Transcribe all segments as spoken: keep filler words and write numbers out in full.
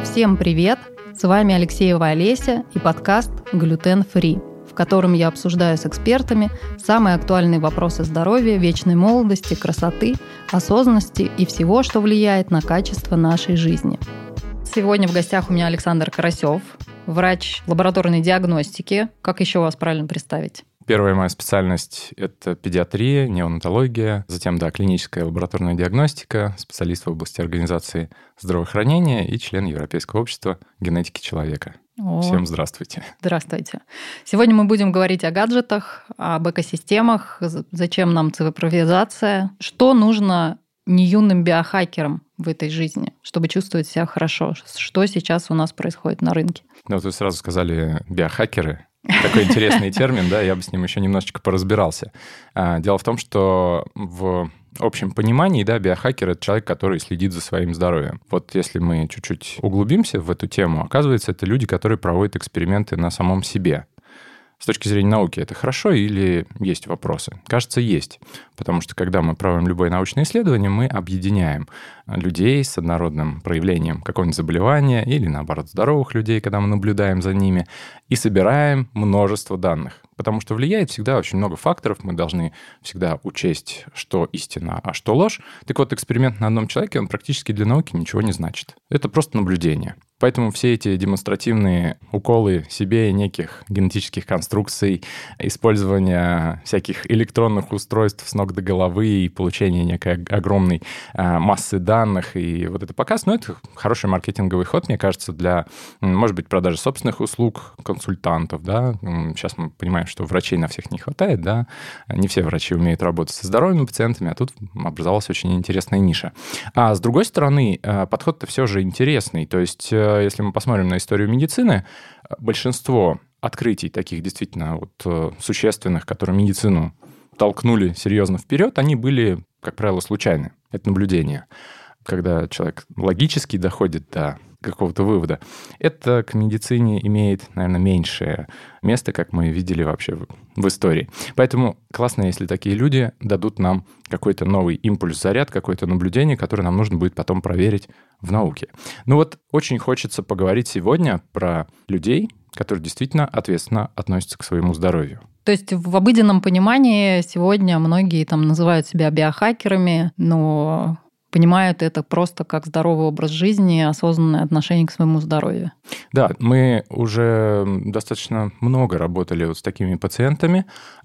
Всем привет! С вами Алексеева Олеся и подкаст «Глютен Фри», в котором я обсуждаю с экспертами самые актуальные вопросы здоровья, вечной молодости, красоты, осознанности и всего, что влияет на качество нашей жизни. Сегодня в гостях у меня Александр Карасев, врач лабораторной диагностики. Как еще вас правильно представить? Первая моя специальность – это педиатрия, неонатология, затем, да, клиническая лабораторная диагностика, специалист в области организации здравоохранения и член Европейского общества генетики человека. О, всем здравствуйте. Здравствуйте. Сегодня мы будем говорить о гаджетах, об экосистемах, зачем нам цифровизация, что нужно неюным биохакерам в этой жизни, чтобы чувствовать себя хорошо, что сейчас у нас происходит на рынке. Ну, вот вы сразу сказали биохакеры. Такой интересный термин, да, я бы с ним еще немножечко поразбирался. Дело в том, что в общем понимании, да, биохакер — это человек, который следит за своим здоровьем. Вот если мы чуть-чуть углубимся в эту тему, оказывается, это люди, которые проводят эксперименты на самом себе. С точки зрения науки это хорошо или есть вопросы? Кажется, есть. Потому что когда мы проводим любое научное исследование, мы объединяем людей с однородным проявлением какого-нибудь заболевания или, наоборот, здоровых людей, когда мы наблюдаем за ними, и собираем множество данных. Потому что влияет всегда очень много факторов, мы должны всегда учесть, что истина, а что ложь. Так вот, эксперимент на одном человеке, он практически для науки ничего не значит. Это просто наблюдение. Поэтому все эти демонстративные уколы себе неких генетических конструкций, использование всяких электронных устройств с ног до головы и получение некой огромной массы данных, и вот это показ, ну, это хороший маркетинговый ход, мне кажется, для, может быть, продажи собственных услуг, консультантов, да. Сейчас мы понимаем, что врачей на всех не хватает, да. Не все врачи умеют работать со здоровыми пациентами, а тут образовалась очень интересная ниша. А с другой стороны, подход-то все же интересный, то есть если мы посмотрим на историю медицины, большинство открытий таких действительно вот существенных, которые медицину толкнули серьезно вперед, они были, как правило, случайны. Это наблюдение. Когда человек логически доходит до какого-то вывода, это к медицине имеет, наверное, меньшее место, как мы видели вообще в, в истории. Поэтому классно, если такие люди дадут нам какой-то новый импульс, заряд, какое-то наблюдение, которое нам нужно будет потом проверить в науке. Ну вот очень хочется поговорить сегодня про людей, которые действительно ответственно относятся к своему здоровью. То есть в обыденном понимании сегодня многие там называют себя биохакерами, но понимают это просто как здоровый образ жизни, осознанное отношение к своему здоровью. Да, мы уже достаточно много работали вот с такими пациентами.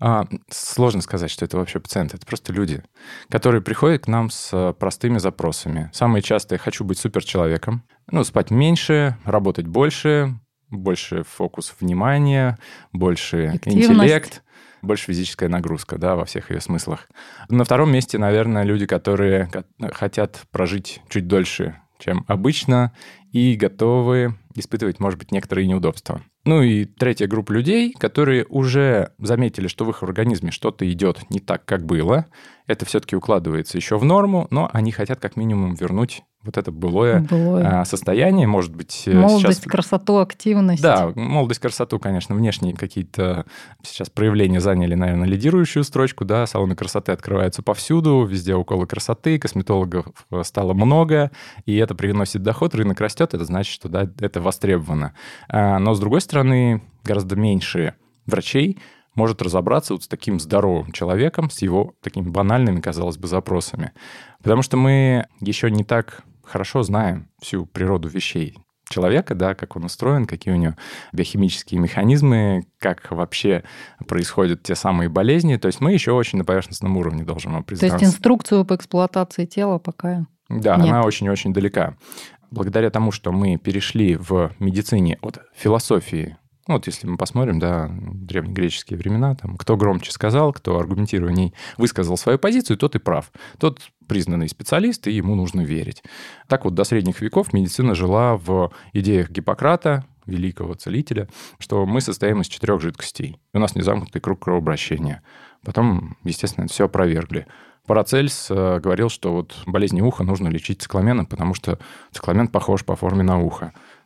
Сложно сказать, что это вообще пациенты, это просто люди, которые приходят к нам с простыми запросами. Самые частые: хочу быть суперчеловеком, ну, спать меньше, работать больше, больше фокус внимания, больше интеллект, больше физическая нагрузка, да, во всех ее смыслах. На втором месте, наверное, люди, которые хотят прожить чуть дольше, чем обычно, и готовы испытывать, может быть, некоторые неудобства. Ну и третья группа людей, которые уже заметили, что в их организме что-то идет не так, как было. Это все-таки укладывается еще в норму, но они хотят как минимум вернуть вот это былое, былое. состояние, может быть... Молодость, сейчас... красоту, активность. Да, молодость, красоту, конечно, внешние какие-то сейчас проявления заняли, наверное, лидирующую строчку, да, салоны красоты открываются повсюду, везде уколы красоты, косметологов стало много, и это приносит доход, рынок растет, это значит, что, да, это востребовано. Но, с другой стороны, гораздо меньше врачей может разобраться вот с таким здоровым человеком, с его такими банальными, казалось бы, запросами. Потому что мы еще не так хорошо знаем всю природу вещей человека, да, как он устроен, какие у него биохимические механизмы, как вообще происходят те самые болезни. То есть мы еще очень на поверхностном уровне должны определяться. То есть инструкцию по эксплуатации тела пока Да, нет. Она очень-очень далека. Благодаря тому, что мы перешли в медицине от философии, ну, вот если мы посмотрим, да, древнегреческие времена, там, кто громче сказал, кто аргументированней высказал свою позицию, тот и прав. Тот признанный специалист, и ему нужно верить. Так вот, до средних веков медицина жила в идеях Гиппократа, великого целителя, что мы состоим из четырех жидкостей. У нас незамкнутый круг кровообращения. Потом, естественно, это все опровергли. Парацельс говорил, что вот болезни уха нужно лечить цикламеном, потому что цикламен похож по форме на ухо.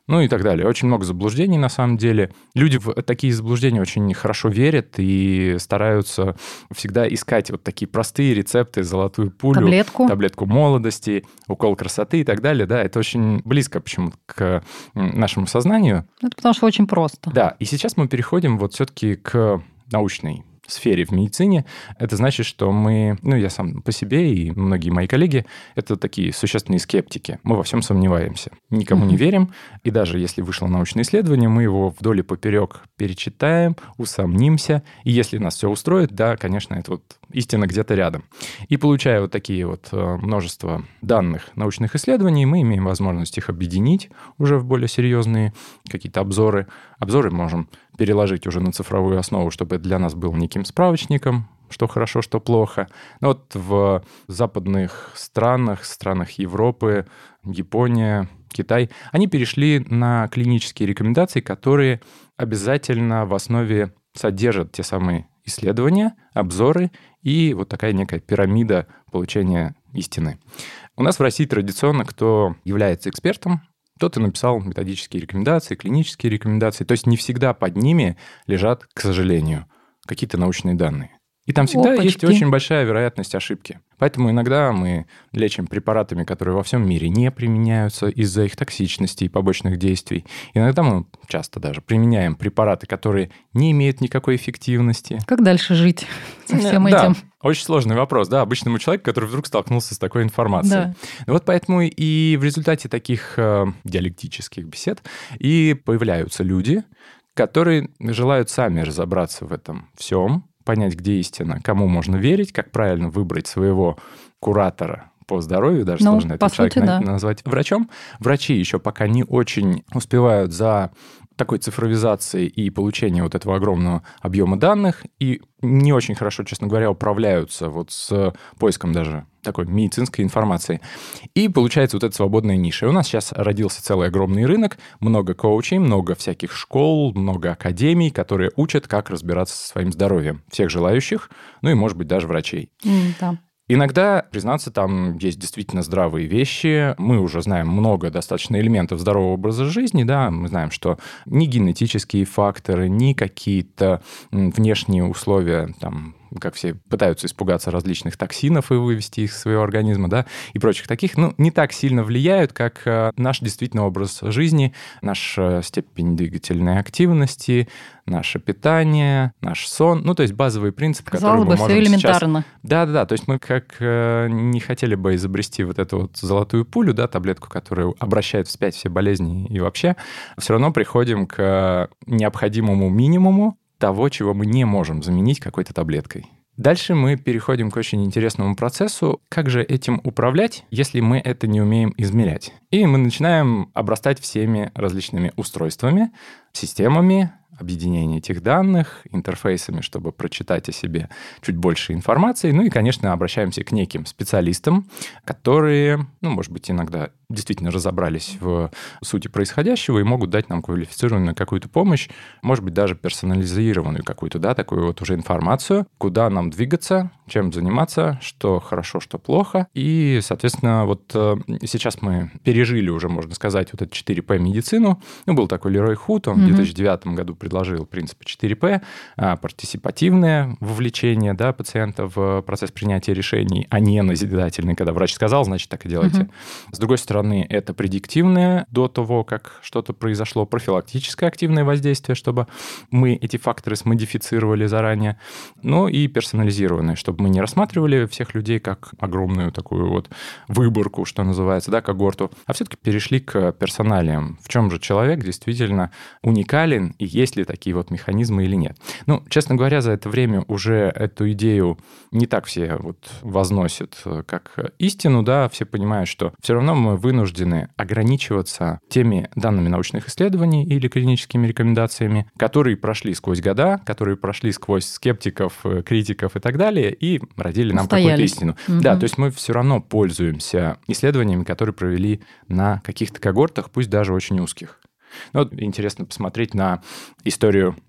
ну и так далее. Очень много заблуждений на самом деле. Люди в такие заблуждения очень хорошо верят и стараются всегда искать вот такие простые рецепты, золотую пулю, таблетку, таблетку молодости, укол красоты и так далее. Да, это очень близко почему-то к нашему сознанию. Это потому что очень просто. Да, и сейчас мы переходим вот все-таки к научной сфере в медицине. Это значит, что мы, ну, я сам по себе и многие мои коллеги, это такие существенные скептики. Мы во всем сомневаемся, никому не верим, и даже если вышло научное исследование, мы его вдоль и поперек перечитаем, усомнимся, и если нас все устроит, да, конечно, это вот истина где-то рядом. И получая вот такие вот множество данных научных исследований, мы имеем возможность их объединить уже в более серьезные какие-то обзоры. Обзоры можем переложить уже на цифровую основу, чтобы это для нас был неким справочником, что хорошо, что плохо. Но вот в западных странах, странах Европы, Япония, Китай, они перешли на клинические рекомендации, которые обязательно в основе содержат те самые исследования, обзоры и вот такая некая пирамида получения истины. У нас в России традиционно, кто является экспертом, тот и написал методические рекомендации, клинические рекомендации. То есть не всегда под ними лежат, к сожалению, какие-то научные данные. И там всегда Опачки. Есть очень большая вероятность ошибки. Поэтому иногда мы лечим препаратами, которые во всем мире не применяются из-за их токсичности и побочных действий. Иногда мы часто даже применяем препараты, которые не имеют никакой эффективности. Как дальше жить со всем да, этим? Очень сложный вопрос, да, обычному человеку, который вдруг столкнулся с такой информацией. Да. Вот поэтому и в результате таких э, диалектических бесед и появляются люди, которые желают сами разобраться в этом всем, понять, где истина, кому можно верить, как правильно выбрать своего куратора по здоровью, даже ну, сложно этот человек сути, да. назвать врачом. Врачи еще пока не очень успевают за такой цифровизации и получения вот этого огромного объема данных, и не очень хорошо, честно говоря, управляются вот с поиском даже такой медицинской информации. И получается вот эта свободная ниша. И у нас сейчас родился целый огромный рынок, много коучей, много всяких школ, много академий, которые учат, как разбираться со своим здоровьем. Всех желающих, ну и, может быть, даже врачей. Mm, да. Иногда, признаться, там есть действительно здравые вещи. Мы уже знаем много достаточно элементов здорового образа жизни, да, мы знаем, что ни генетические факторы, ни какие-то внешние условия, там, как все пытаются испугаться различных токсинов и вывести их из своего организма, да, и прочих таких, ну, не так сильно влияют, как наш действительно образ жизни, наша степень двигательной активности, наше питание, наш сон, ну, то есть базовые принципы, Казалось которые мы бы, можем все сейчас... элементарно. Да-да-да, то есть мы как э, не хотели бы изобрести вот эту вот золотую пулю, да, таблетку, которая обращает вспять все болезни и вообще, все равно приходим к необходимому минимуму того, чего мы не можем заменить какой-то таблеткой. Дальше мы переходим к очень интересному процессу. Как же этим управлять, если мы это не умеем измерять? И мы начинаем обрастать всеми различными устройствами, системами, объединение этих данных, интерфейсами, чтобы прочитать о себе чуть больше информации. Ну и, конечно, обращаемся к неким специалистам, которые, ну, может быть, иногда действительно разобрались в сути происходящего и могут дать нам квалифицированную какую-то помощь, может быть, даже персонализированную какую-то, да, такую вот уже информацию, куда нам двигаться, чем заниматься, что хорошо, что плохо. И, соответственно, вот сейчас мы пережили уже, можно сказать, вот эту четыре пэ медицину. Ну, был такой Лерой Худ, он mm-hmm. в две тысячи девятом году предложил принципы четыре пэ, партисипативное вовлечение, да, пациента в процесс принятия решений, а не назидательное, когда врач сказал, значит, так и делайте. Mm-hmm. С другой стороны, это предиктивное до того, как что-то произошло, профилактическое активное воздействие, чтобы мы эти факторы смодифицировали заранее, ну и персонализированное, чтобы мы не рассматривали всех людей как огромную такую вот выборку, что называется, да, когорту, а все-таки перешли к персоналиям. В чем же человек действительно уникален и есть ли такие вот механизмы или нет. Ну, честно говоря, за это время уже эту идею не так все вот возносят как истину, да, все понимают, что все равно мы вынуждены ограничиваться теми данными научных исследований или клиническими рекомендациями, которые прошли сквозь года, которые прошли сквозь скептиков, критиков и так далее, и родили нам какую-то истину. Угу. Да, то есть мы все равно пользуемся исследованиями, которые провели на каких-то когортах, пусть даже очень узких. Ну, вот интересно посмотреть на историю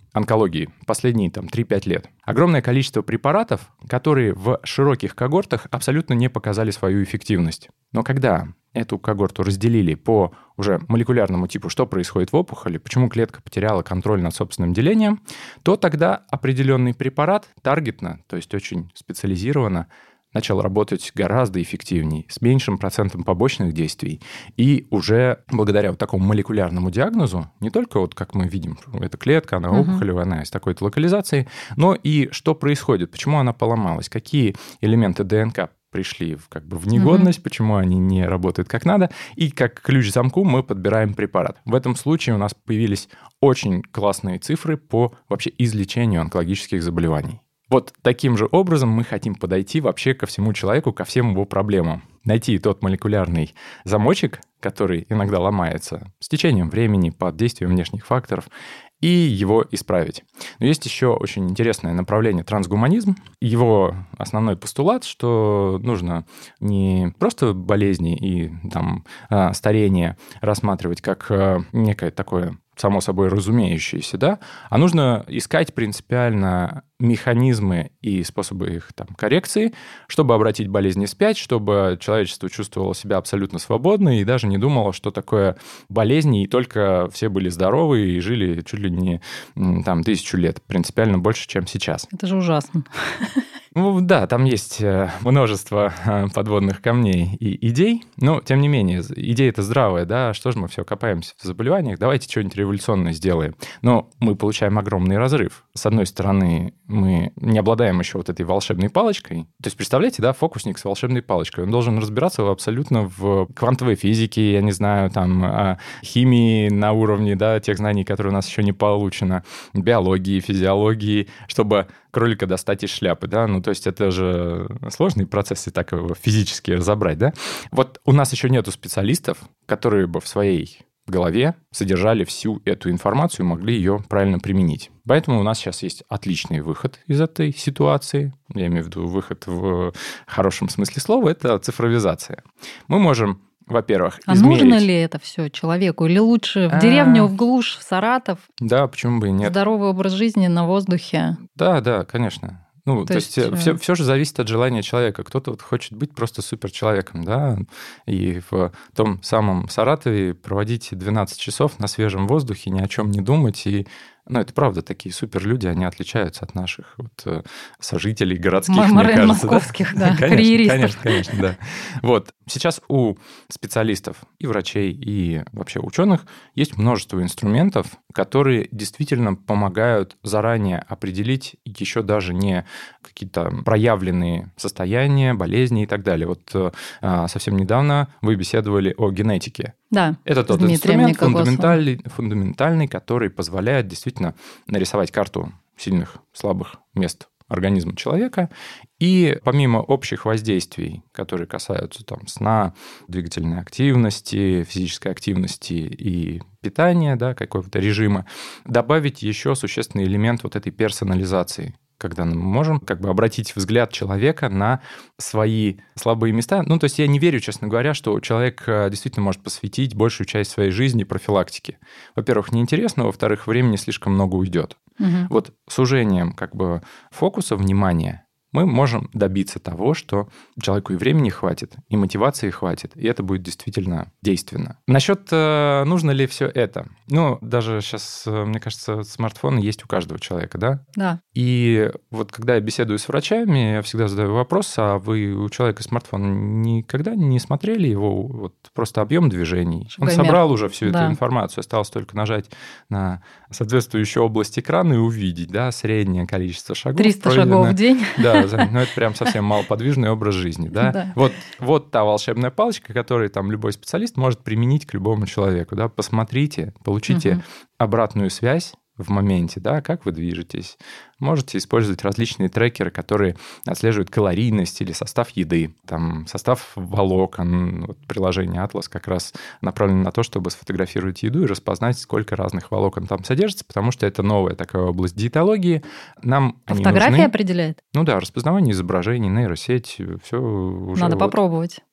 онкологии последние там три-пять лет. Огромное количество препаратов, которые в широких когортах абсолютно не показали свою эффективность. Но когда эту когорту разделили по уже молекулярному типу, что происходит в опухоли, почему клетка потеряла контроль над собственным делением, то тогда определенный препарат таргетно, то есть очень специализированно, начал работать гораздо эффективнее, с меньшим процентом побочных действий. И уже благодаря вот такому молекулярному диагнозу, не только вот как мы видим, эта клетка, она опухолевая, она из такой-то локализации, но и что происходит, почему она поломалась, какие элементы ДНК пришли в, как бы, в негодность, mm-hmm. почему они не работают как надо, и как ключ к замку мы подбираем препарат. В этом случае у нас появились очень классные цифры по вообще излечению онкологических заболеваний. Вот таким же образом мы хотим подойти вообще ко всему человеку, ко всем его проблемам. Найти тот молекулярный замочек, который иногда ломается с течением времени под действием внешних факторов, и его исправить. Но есть еще очень интересное направление — трансгуманизм. Его основной постулат, что нужно не просто болезни и там, старение рассматривать как некое такое само собой разумеющееся, да, а нужно искать принципиально механизмы и способы их там, коррекции, чтобы обратить болезни вспять, чтобы человечество чувствовало себя абсолютно свободно и даже не думало, что такое болезни, и только все были здоровы и жили чуть ли не там, тысячу лет, принципиально больше, чем сейчас. Это же ужасно. Ну да, там есть множество подводных камней и идей, но тем не менее, идея-то здравая, да, что же мы все копаемся в заболеваниях, давайте что-нибудь революционное сделаем. Но мы получаем огромный разрыв. С одной стороны, мы не обладаем еще вот этой волшебной палочкой. То есть, представляете, да, фокусник с волшебной палочкой, он должен разбираться абсолютно в квантовой физике, я не знаю, там, химии на уровне, да, тех знаний, которые у нас еще не получено, биологии, физиологии, чтобы кролика достать из шляпы, да, ну, то есть это же сложный процесс, и так его физически разобрать, да. Вот у нас еще нету специалистов, которые бы в своей голове содержали всю эту информацию и могли ее правильно применить. Поэтому у нас сейчас есть отличный выход из этой ситуации, я имею в виду выход в хорошем смысле слова, это цифровизация. Мы можем, во-первых, а измерить... нужно ли это все человеку? Или лучше в деревню, в глушь, в Саратов? Да, почему бы и нет. Здоровый образ жизни на воздухе. Да, да, конечно. Ну, то, то есть, есть все, все же зависит от желания человека. Кто-то вот хочет быть просто суперчеловеком, да, и в том самом Саратове проводить двенадцать часов на свежем воздухе, ни о чем не думать. И, ну, это правда, такие суперлюди, они отличаются от наших вот, сожителей городских, М- мне кажется. Московских, да, да конечно, карьеристов. Конечно, конечно, да. Вот. Сейчас у специалистов и врачей, и вообще ученых есть множество инструментов, которые действительно помогают заранее определить еще даже не какие-то проявленные состояния, болезни и так далее. Вот а, совсем недавно вы беседовали о генетике. Да, это тот инструмент фундаментальный, фундаментальный, который позволяет действительно нарисовать карту сильных, слабых мест организма человека. И помимо общих воздействий, которые касаются там, сна, двигательной активности, физической активности и питания, да, какого-то режима, добавить еще существенный элемент вот этой персонализации, когда мы можем как бы обратить взгляд человека на свои слабые места. Ну, то есть я не верю, честно говоря, что человек действительно может посвятить большую часть своей жизни профилактике. Во-первых, неинтересно, во-вторых, времени слишком много уйдет. Угу. Вот сужением как бы фокуса внимания мы можем добиться того, что человеку и времени хватит, и мотивации хватит, и это будет действительно действенно. Насчет, э, нужно ли все это? Ну, даже сейчас, мне кажется, смартфоны есть у каждого человека, да? Да. И вот когда я беседую с врачами, я всегда задаю вопрос, а вы у человека смартфон никогда не смотрели его, вот просто объем движений? Шагомер. Он собрал уже всю да. эту информацию, осталось только нажать на соответствующую область экрана и увидеть, да, среднее количество шагов. триста шагов в день. Да, ну это прям совсем малоподвижный образ жизни, да? да. Вот, вот та волшебная палочка, которую там любой специалист может применить к любому человеку, да? Посмотрите, получите угу. обратную связь в моменте, да, как вы движетесь. Можете использовать различные трекеры, которые отслеживают калорийность или состав еды, там, состав волокон. Вот приложение Atlas как раз направлено на то, чтобы сфотографировать еду и распознать, сколько разных волокон там содержится, потому что это новая такая область диетологии. Нам фотография нужны... определяет? Ну да, распознавание изображений, нейросеть, все уже... Надо вот... попробовать.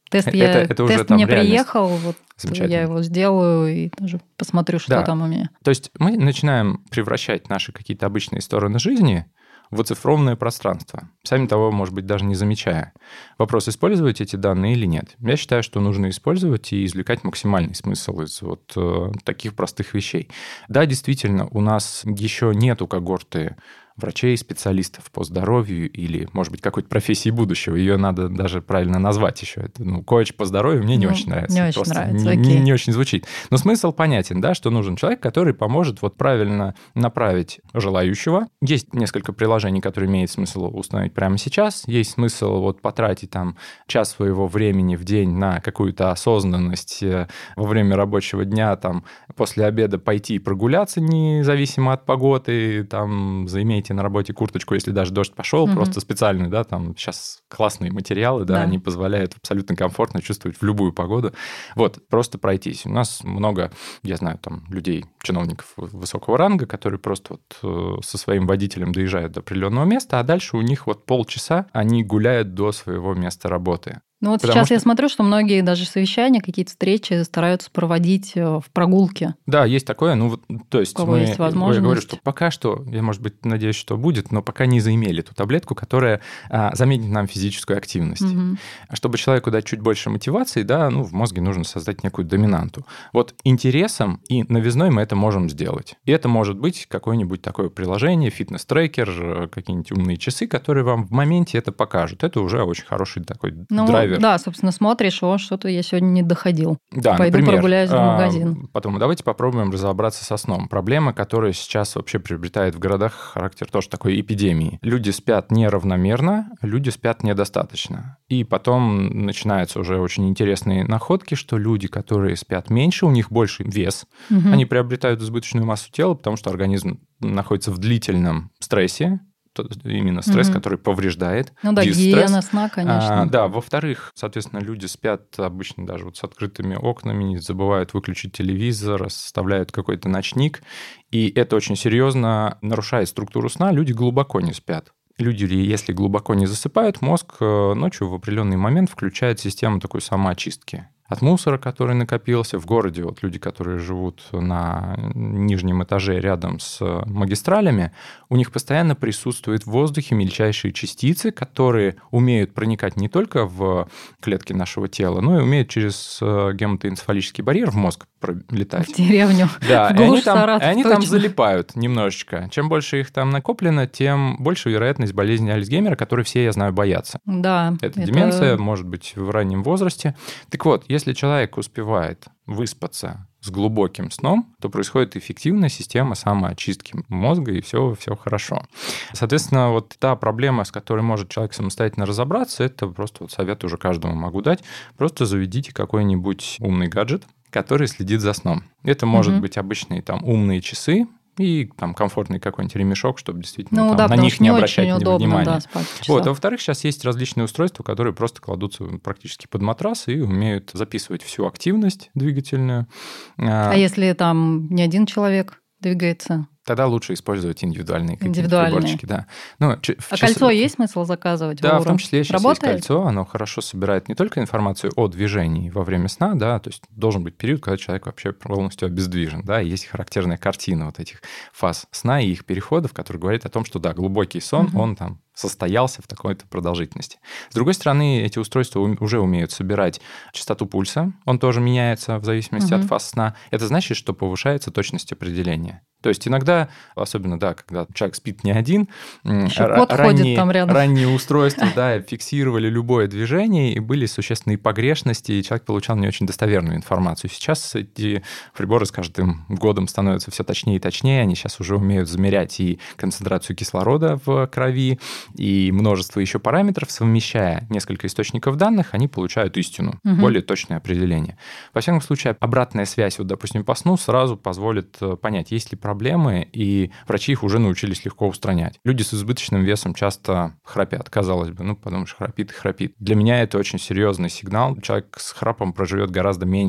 Тест, это, я, это уже тест там мне реальность. приехал, вот я его сделаю и тоже посмотрю, что да. там у меня. То есть мы начинаем превращать наши какие-то обычные стороны жизни в оцифрованное пространство, сами того, может быть, даже не замечая. Вопрос, использовать эти данные или нет. Я считаю, что нужно использовать и извлекать максимальный смысл из вот э, таких простых вещей. Да, действительно, у нас еще нету когорты врачей, специалистов по здоровью или, может быть, какой-то профессии будущего. Ее надо даже правильно назвать еще. Это, ну, коуч по здоровью мне не ну, очень нравится. Не очень Просто нравится, не, окей. не, не очень звучит. Но смысл понятен, да, что нужен человек, который поможет вот правильно направить желающего. Есть несколько приложений, которые имеет смысл установить прямо сейчас. Есть смысл вот потратить там час своего времени в день на какую-то осознанность во время рабочего дня, там, после обеда пойти и прогуляться, независимо от погоды, там, заиметь на работе курточку, если даже дождь пошел, угу. просто специальную, да, там сейчас классные материалы, да, да, они позволяют абсолютно комфортно чувствовать в любую погоду. Вот, просто пройтись. У нас много, я знаю, там, людей, чиновников высокого ранга, которые просто вот со своим водителем доезжают до определенного места, а дальше у них вот полчаса они гуляют до своего места работы. Ну вот Потому сейчас что... я смотрю, что многие даже совещания, какие-то встречи стараются проводить в прогулке. Да, есть такое. Ну, вот, то есть у кого мы, есть возможность. Я говорю, что пока что, я, может быть, надеюсь, что будет, но пока не заимели ту таблетку, которая а, заменит нам физическую активность. Угу. Чтобы человеку дать чуть больше мотивации, да, ну, в мозге нужно создать некую доминанту. Вот интересом и новизной мы это можем сделать. И это может быть какое-нибудь такое приложение, фитнес-трекер, какие-нибудь умные часы, которые вам в моменте это покажут. Это уже очень хороший такой ну, драйвер. Да, собственно, смотришь, о, что-то я сегодня не доходил. Да, пойду например, прогуляюсь в магазин. Потом давайте попробуем разобраться со сном. Проблема, которая сейчас вообще приобретает в городах характер тоже такой эпидемии. Люди спят неравномерно, люди спят недостаточно. И потом начинаются уже очень интересные находки, что люди, которые спят меньше, у них больше вес, угу. они приобретают избыточную массу тела, потому что организм находится в длительном стрессе, именно стресс, mm-hmm. который повреждает. Ну да, гигиена сна, конечно. А, да, во-вторых, соответственно, люди спят обычно даже вот с открытыми окнами, не забывают выключить телевизор, составляют какой-то ночник, и это очень серьезно нарушает структуру сна, люди глубоко не спят. Люди, если глубоко не засыпают, мозг ночью в определенный момент включает систему такой самоочистки. От мусора, который накопился в городе, вот люди, которые живут на нижнем этаже рядом с магистралями, у них постоянно присутствуют в воздухе мельчайшие частицы, которые умеют проникать не только в клетки нашего тела, но и умеют через гематоэнцефалический барьер в мозг пролетать. В деревню. Да, в и они, там, Саратов, и они точно. там залипают немножечко. Чем больше их там накоплено, тем больше вероятность болезни Альцгеймера, которой все, я знаю, боятся. Да. Это, это деменция, может быть, в раннем возрасте. Так вот, если человек успевает выспаться с глубоким сном, то происходит эффективная система самоочистки мозга, и все, все хорошо. Соответственно, вот та проблема, с которой может человек самостоятельно разобраться, это просто вот совет уже каждому могу дать. Просто заведите какой-нибудь умный гаджет, который следит за сном. Это может угу. быть обычные там умные часы, и там комфортный какой-нибудь ремешок, чтобы действительно ну, там, да, на них не, не обращать удобно, внимания. Да, спать вот, а во-вторых, сейчас есть различные устройства, которые просто кладутся практически под матрас и умеют записывать всю активность двигательную. А, а если там не один человек двигается? Тогда лучше использовать индивидуальные какие-то Индивидуальные. приборчики. Да. Ну, а час... кольцо есть смысл заказывать? Да, в том числе сейчас Работает? есть кольцо, оно хорошо собирает не только информацию о движении во время сна, да, то есть должен быть период, когда человек вообще полностью обездвижен, да, и есть характерная картина вот этих фаз сна и их переходов, которые говорят о том, что, да, глубокий сон, угу. он там состоялся в такой-то продолжительности. С другой стороны, эти устройства уже умеют собирать частоту пульса, он тоже меняется в зависимости угу. от фаз сна. Это значит, что повышается точность определения. То есть иногда, особенно, да, когда человек спит не один, кот ранние, ходит там рядом. ранние устройства да, фиксировали любое движение, и были существенные погрешности, и человек получал не очень достоверную информацию. Сейчас эти приборы с каждым годом становятся все точнее и точнее, они сейчас уже умеют замерять и концентрацию кислорода в крови, и множество еще параметров, совмещая несколько источников данных, они получают истину, угу. более точное определение. Во всяком случае, обратная связь, вот, допустим, по сну сразу позволит понять, есть ли проблемы, и врачи их уже научились легко устранять. Люди с избыточным весом часто храпят, казалось бы, ну, подумаешь, храпит и храпит. Для меня это очень серьезный сигнал. Человек с храпом проживет гораздо меньше.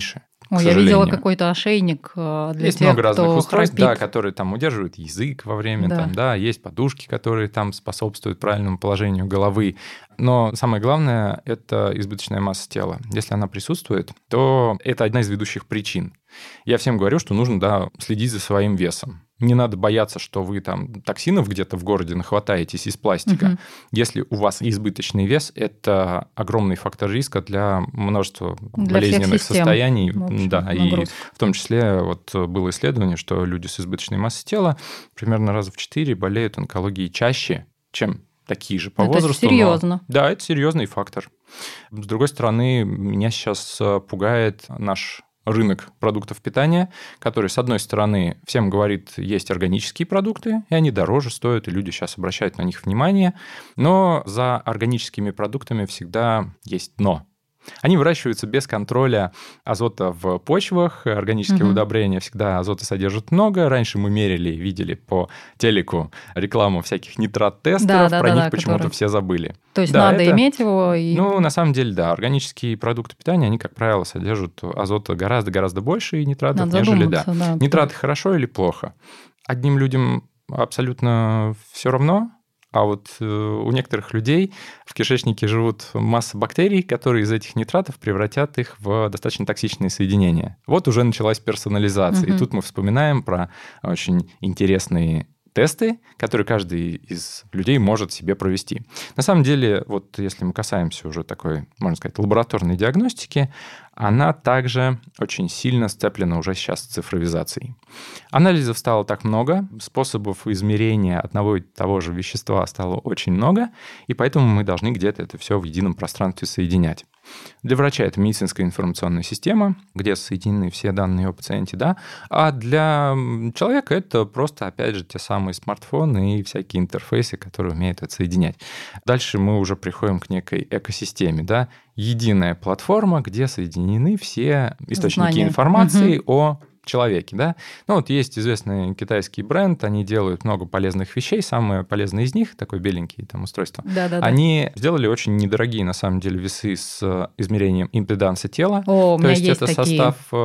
Ой, я видела какой-то ошейник для есть тех, много разных кто устройств, храпит. да, которые там удерживают язык во время, Да. там, да, есть подушки, которые там способствуют правильному положению головы. Но самое главное – это избыточная масса тела. Если она присутствует, то это одна из ведущих причин. Я всем говорю, что нужно, да, следить за своим весом. Не надо бояться, что вы там токсинов где-то в городе нахватаетесь из пластика. Мгм. Если у вас избыточный вес, это огромный фактор риска для множества Для всех болезненных систем, состояний. в общем, Да, и нагрузка. в том числе вот было исследование, что люди с избыточной массой тела примерно раза в четыре болеют онкологией чаще, чем такие же по Это возрасту. но- серьезно. Да, это серьезный фактор. С другой стороны, меня сейчас пугает наш рынок продуктов питания, который, с одной стороны, всем говорит, есть органические продукты, и они дороже стоят, и люди сейчас обращают на них внимание, но за органическими продуктами всегда есть «но». Они выращиваются без контроля азота в почвах, органические Мгм. удобрения всегда азота содержат много. Раньше мы мерили, видели по телеку рекламу всяких нитрат-тестеров, Да, про да, них да, почему-то которые- все забыли. То есть Да, надо это- иметь его и... Ну, на самом деле, да, органические продукты питания, они, как правило, содержат азота гораздо-гораздо больше и нитратов, Надо нежели, да. задуматься, да. Нитраты хорошо или плохо? Одним людям абсолютно все равно, а вот э, у некоторых людей в кишечнике живут масса бактерий, которые из этих нитратов превратят их в достаточно токсичные соединения. Вот уже началась персонализация. Мгм. И тут мы вспоминаем про очень интересные тесты, которые каждый из людей может себе провести. На самом деле, вот если мы касаемся уже такой, можно сказать, лабораторной диагностики, она также очень сильно сцеплена уже сейчас с цифровизацией. Анализов стало так много, способов измерения одного и того же вещества стало очень много, и поэтому мы должны где-то это все в едином пространстве соединять. Для врача это медицинская информационная система, где соединены все данные о пациенте, да, а для человека это просто, опять же, те самые смартфоны и всякие интерфейсы, которые умеют это соединять. Дальше мы уже приходим к некой экосистеме, да, единая платформа, где соединены все источники Знания. информации Мгм. о человеке, да. Ну вот есть известный китайский бренд, они делают много полезных вещей, самое полезное из них, такое беленькие там устройство, Да-да-да. они сделали очень недорогие, на самом деле, весы с измерением импеданса тела. О, у То меня есть, есть это такие. состав э,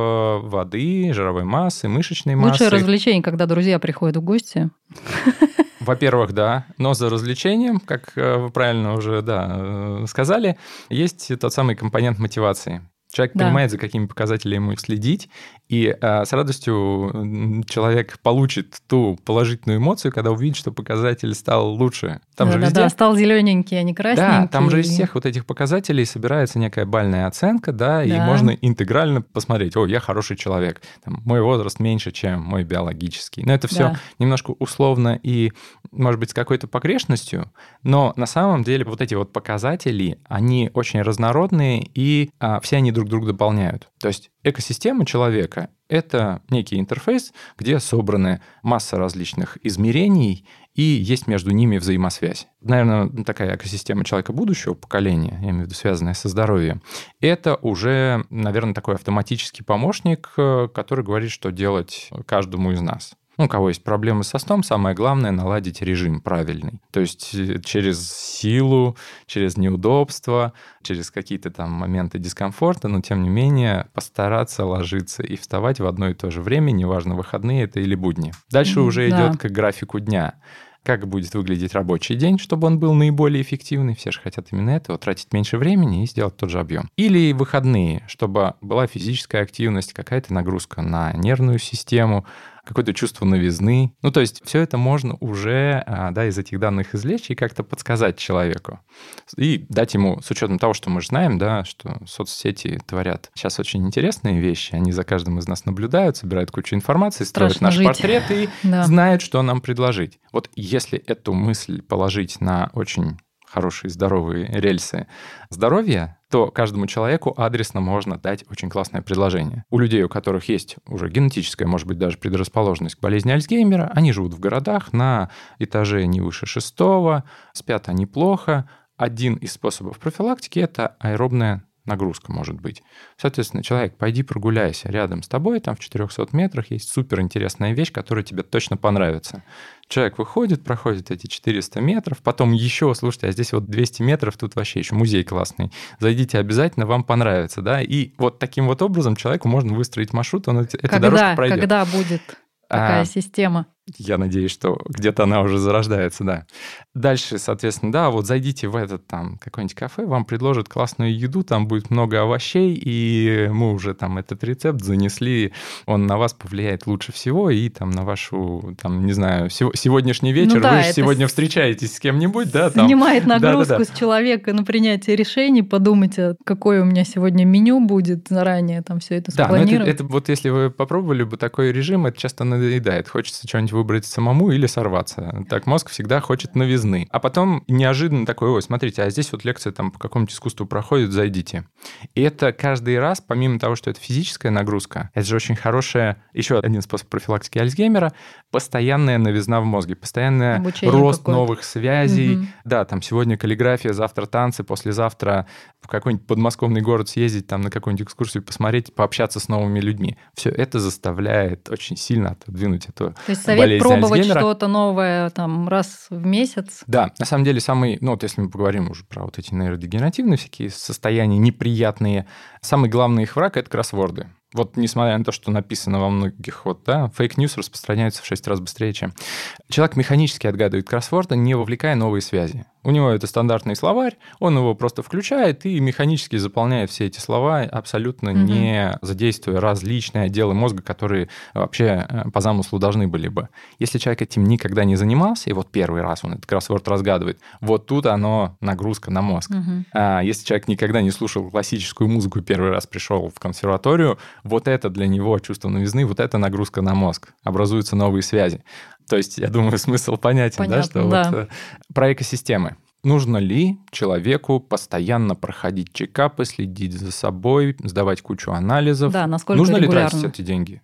воды, жировой массы, мышечной Лучшее массы. развлечение, когда друзья приходят в гости. Во-первых, да, но за развлечением, как э, вы правильно уже да, э, сказали, есть тот самый компонент мотивации. Человек Да. понимает, за какими показателями ему следить, и э, с радостью м, человек получит ту положительную эмоцию, когда увидит, что показатель стал лучше. Там же Да-да-да, везде... стал зелененький, а не красненький. Да, там же из всех вот этих показателей собирается некая бальная оценка, да, и Да. можно интегрально посмотреть, о, я хороший человек, там, мой возраст меньше, чем мой биологический. Но это все Да. немножко условно и, может быть, с какой-то погрешностью, но на самом деле вот эти вот показатели, они очень разнородные, и а, все они друг друга дополняют. То есть экосистема человека — это некий интерфейс, где собраны масса различных измерений, и есть между ними взаимосвязь. Наверное, такая экосистема человека будущего поколения, я имею в виду связанная со здоровьем, это уже, наверное, такой автоматический помощник, который говорит, что делать каждому из нас. Ну, у кого есть проблемы со сном, самое главное — наладить режим правильный. То есть через силу, через неудобства, через какие-то там моменты дискомфорта, но тем не менее постараться ложиться и вставать в одно и то же время, неважно, выходные это или будни. Дальше М, уже да. идет к графику дня. Как будет выглядеть рабочий день, чтобы он был наиболее эффективный. Все же хотят именно этого, тратить меньше времени и сделать тот же объем. Или выходные, чтобы была физическая активность, какая-то нагрузка на нервную систему, какое-то чувство новизны. Ну, то есть все это можно уже да, из этих данных извлечь и как-то подсказать человеку. И дать ему, с учетом того, что мы же знаем, да, что соцсети творят сейчас очень интересные вещи, они за каждым из нас наблюдают, собирают кучу информации, строят Страшно наш жить. портрет и Да. знают, что нам предложить. Вот если эту мысль положить на очень хорошие, здоровые рельсы здоровья, то каждому человеку адресно можно дать очень классное предложение. У людей, у которых есть уже генетическая, может быть, даже предрасположенность к болезни Альцгеймера, они живут в городах на этаже не выше шестого, спят они плохо. Один из способов профилактики – это аэробное нагрузка может быть. Соответственно, человек, пойди прогуляйся рядом с тобой, там в четырехстах метрах есть суперинтересная вещь, которая тебе точно понравится. Человек выходит, проходит эти четыреста метров, потом еще, слушайте, а здесь вот двести метров, тут вообще еще музей классный. Зайдите обязательно, вам понравится, да. И вот таким вот образом человеку можно выстроить маршрут, он эту когда, дорожку пройдет. Когда будет такая а... система? Я надеюсь, что где-то она уже зарождается, да. Дальше, соответственно, да, вот зайдите в этот там какое-нибудь кафе, вам предложат классную еду, там будет много овощей, и мы уже там этот рецепт занесли, он на вас повлияет лучше всего, и там на вашу, там, не знаю, сегодняшний вечер, ну, да, вы же сегодня встречаетесь с кем-нибудь, да? Там... Снимает нагрузку да, да, да. с человека на принятие решений, подумайте, какое у меня сегодня меню будет, заранее там все это спланировать. Да, но это, это вот если вы попробовали бы такой режим, это часто надоедает, хочется что-нибудь выбрать самому или сорваться. Так мозг всегда хочет новизны. А потом неожиданно такой, ой, смотрите, а здесь вот лекция там по какому-нибудь искусству проходит, зайдите. И это каждый раз, помимо того, что это физическая нагрузка, это же очень хорошая, еще один способ профилактики Альцгеймера, постоянная новизна в мозге, постоянный обучение рост какое-то. Новых связей. Угу. Да, там сегодня каллиграфия, завтра танцы, послезавтра в какой-нибудь подмосковный город съездить, там на какую-нибудь экскурсию посмотреть, пообщаться с новыми людьми. Все это заставляет очень сильно отодвинуть эту болезнь. То есть совет пробовать Альцгеймера. Что-то новое там раз в месяц. Да, на самом деле самый, ну вот если мы поговорим уже про вот эти нейродегенеративные всякие состояния неприятные, самый главный их враг — это кроссворды. Вот несмотря на то, что написано во многих, вот, да, фейк-ньюс распространяется в шесть раз быстрее, чем... Человек механически отгадывает кроссворды, не вовлекая новые связи. У него это стандартный словарь, он его просто включает и механически заполняет все эти слова, абсолютно mm-hmm. не задействуя различные отделы мозга, которые вообще по замыслу должны были бы. Если человек этим никогда не занимался, и вот первый раз он этот кроссворд разгадывает, вот тут оно нагрузка на мозг. Mm-hmm. А если человек никогда не слушал классическую музыку и первый раз пришел в консерваторию, вот это для него чувство новизны, вот это нагрузка на мозг. Образуются новые связи. То есть, я думаю, смысл понятен, Понятно, да, что да. Вот про экосистемы. Нужно ли человеку постоянно проходить чекапы, следить за собой, сдавать кучу анализов? Да, насколько Нужно регулярно? ли тратить эти деньги,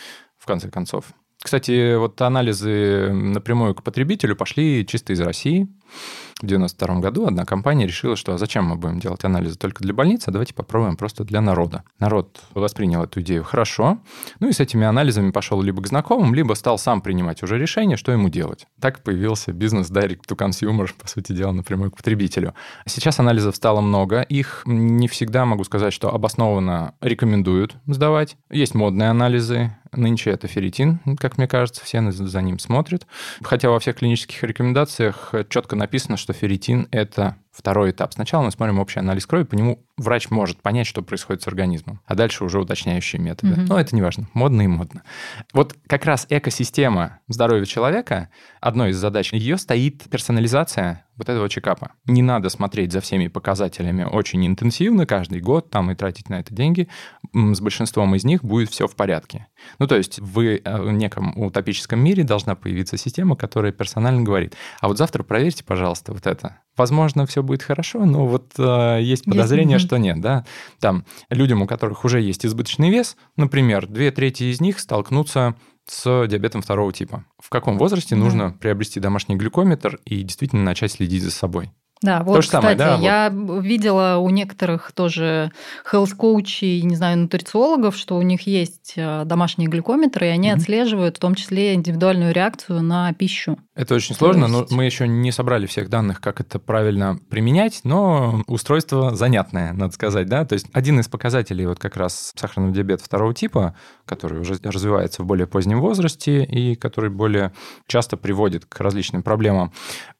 в конце концов? Кстати, вот анализы напрямую к потребителю пошли чисто из России. В девяносто втором году одна компания решила, что а зачем мы будем делать анализы только для больницы, а давайте попробуем просто для народа. Народ воспринял эту идею хорошо, ну и с этими анализами пошел либо к знакомым, либо стал сам принимать уже решение, что ему делать. Так появился бизнес direct to consumer, по сути дела, напрямую к потребителю. Сейчас анализов стало много, их не всегда, могу сказать, что обоснованно рекомендуют сдавать. Есть модные анализы, нынче это ферритин, как мне кажется, все за ним смотрят. Хотя во всех клинических рекомендациях четко написано, что ферритин – это второй этап. Сначала мы смотрим общий анализ крови, по нему врач может понять, что происходит с организмом, а дальше уже уточняющие методы. Mm-hmm. Но это не важно, модно и модно. Вот как раз экосистема здоровья человека, одной из задач ее стоит персонализация вот этого чекапа. Не надо смотреть за всеми показателями очень интенсивно каждый год там и тратить на это деньги. С большинством из них будет все в порядке. Ну, то есть в неком утопическом мире должна появиться система, которая персонально говорит: а вот завтра проверьте, пожалуйста, вот это. Возможно, все будет хорошо, но вот э, есть подозрение, есть, что нет, да. Там людям, у которых уже есть избыточный вес, например, две трети из них столкнутся с диабетом второго типа. В каком возрасте да. нужно приобрести домашний глюкометр и действительно начать следить за собой? Да, вот, кстати, самое, да, я вот. видела у некоторых тоже health-коучей, не знаю, нутрициологов, что у них есть домашние глюкометры, и они mm-hmm. отслеживают в том числе индивидуальную реакцию на пищу. Это очень сложно, есть... но мы еще не собрали всех данных, как это правильно применять, но устройство занятное, надо сказать, да. То есть один из показателей вот как раз сахарного диабета второго типа, который уже развивается в более позднем возрасте и который более часто приводит к различным проблемам,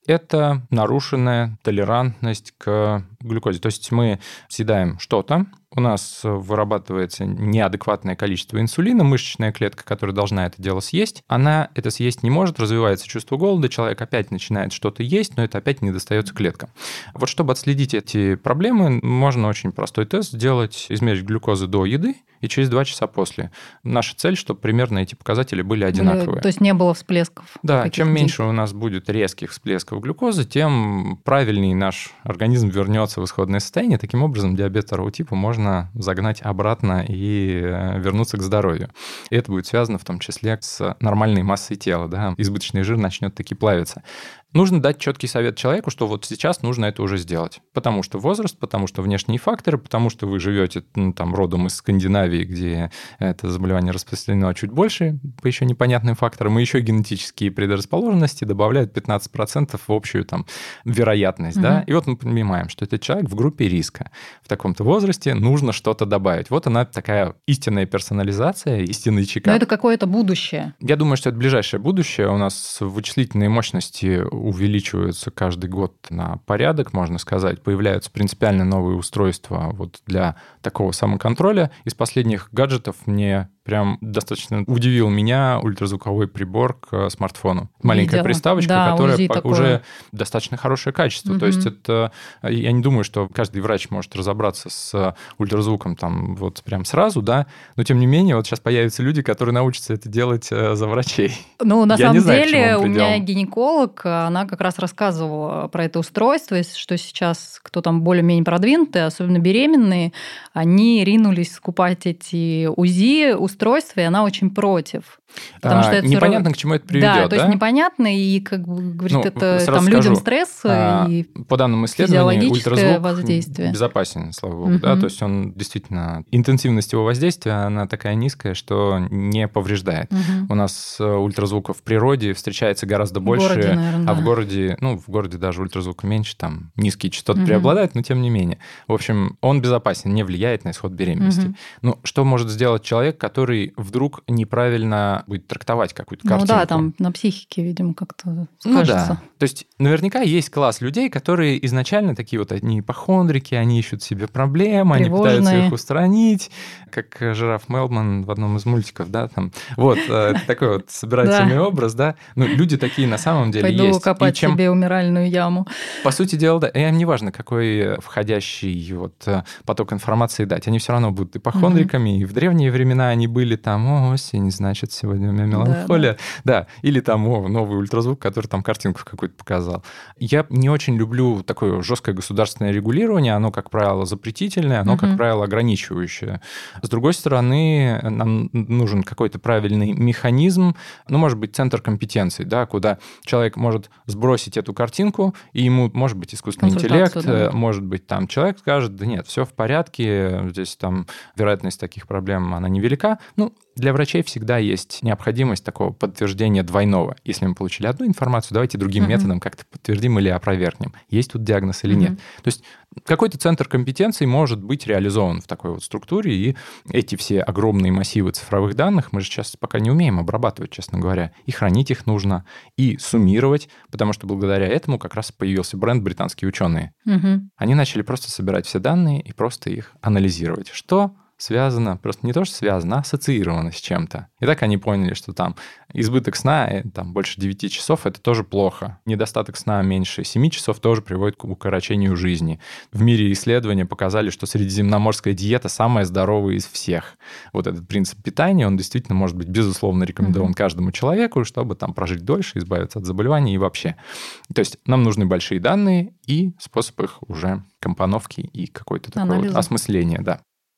это нарушенная толерантность к глюкозе. То есть мы съедаем что-то, у нас вырабатывается неадекватное количество инсулина, мышечная клетка, которая должна это дело съесть, она это съесть не может, развивается чувство голода, человек опять начинает что-то есть, но это опять не достается клеткам. Вот чтобы отследить эти проблемы, можно очень простой тест сделать, измерить глюкозу до еды и через два часа после. Наша цель, чтобы примерно эти показатели были одинаковые. То есть не было всплесков? Да, чем меньше у нас будет резких всплесков глюкозы, тем правильнее наш организм вернется в исходное состояние. Таким образом, диабет второго типа можно загнать обратно и вернуться к здоровью. И это будет связано в том числе с нормальной массой тела. Да? Избыточный жир начнет таки плавиться. Нужно дать четкий совет человеку, что вот сейчас нужно это уже сделать. Потому что возраст, потому что внешние факторы, потому что вы живете ну, там, родом из Скандинавии, где это заболевание распространено чуть больше по еще непонятным факторам, и еще генетические предрасположенности добавляют пятнадцать процентов в общую там, вероятность. Угу. Да? И вот мы понимаем, что этот человек в группе риска. В таком-то возрасте нужно что-то добавить. Вот она такая истинная персонализация, истинный чекап. Но это какое-то будущее. Я думаю, что это ближайшее будущее. У нас вычислительные мощности увеличиваются каждый год на порядок, можно сказать. Появляются принципиально новые устройства вот для такого самоконтроля. Из последних гаджетов мне прям достаточно удивил меня ультразвуковой прибор к смартфону. Маленькая Видела. приставочка, Да, которая УЗИ по- такое. уже достаточно хорошее качество. Угу. То есть это... Я не думаю, что каждый врач может разобраться с ультразвуком там вот прям сразу, да, но тем не менее вот сейчас появятся люди, которые научатся это делать за врачей. Ну, на Я самом не знаю, деле, у меня предел. гинеколог, она как раз рассказывала про это устройство, что сейчас кто там более-менее продвинутые, особенно беременные, они ринулись скупать эти УЗИ устройства, и она очень против. Потому а, что это непонятно, равно... к чему это приведет, да? да? то есть непонятно, и, как бы, говорит, ну, это там скажу, людям стресс а, и по данным исследований, ультразвук воздействие. безопасен, слава богу, Угу. да, то есть он действительно... Интенсивность его воздействия, она такая низкая, что не повреждает. Угу. У нас ультразвука в природе встречается гораздо больше, в городе, наверное, а да. в городе, ну, в городе даже ультразвука меньше, там низкие частоты угу. преобладают, но тем не менее. В общем, он безопасен, не влияет на исход беременности. Угу. Ну, что может сделать человек, который вдруг неправильно будет трактовать какую-то картинку? Ну да, там на психике, видимо, как-то ну, кажется. Да. То есть наверняка есть класс людей, которые изначально такие вот одни ипохондрики, они ищут себе проблемы, они пытаются их устранить, как жираф Мелман в одном из мультиков, да, там. Вот, это такой вот собирательный образ, да. Ну, люди такие на самом деле есть. Пойду копать себе умиральную яму. По сути дела, да, им не важно, какой входящий вот поток информации дать, они все равно будут ипохондриками, и в древние времена они были там, о, осень, значит, сегодня у меня меланхолия, да, или там, о, новый ультразвук, который там картинку какую-то показал. Я не очень люблю такое жесткое государственное регулирование, оно, как правило, запретительное, оно, uh-huh. как правило, ограничивающее. С другой стороны, нам нужен какой-то правильный механизм, ну, может быть, центр компетенций, да, куда человек может сбросить эту картинку, и ему, может быть, искусственный интеллект, да. может быть, там человек скажет, да нет, все в порядке, здесь там вероятность таких проблем, она невелика. Ну, для врачей всегда есть необходимость такого подтверждения двойного. Если мы получили одну информацию, давайте другим uh-huh. методом как-то подтвердим или опровергнем, есть тут диагноз или uh-huh. нет. То есть какой-то центр компетенций может быть реализован в такой вот структуре, и эти все огромные массивы цифровых данных мы же сейчас пока не умеем обрабатывать, честно говоря. И хранить их нужно, и суммировать, потому что благодаря этому как раз появился бренд «Британские ученые». Uh-huh. Они начали просто собирать все данные и просто их анализировать. Что связано, просто не то, что связано, а ассоциировано с чем-то. И так они поняли, что там избыток сна, там больше девяти часов, это тоже плохо. Недостаток сна меньше семи часов тоже приводит к укорочению жизни. В мире исследования показали, что средиземноморская диета самая здоровая из всех. Вот этот принцип питания, он действительно может быть безусловно рекомендован mm-hmm. каждому человеку, чтобы там прожить дольше, избавиться от заболеваний и вообще. То есть нам нужны большие данные и способ их уже компоновки и какое-то такое вот осмысление, да.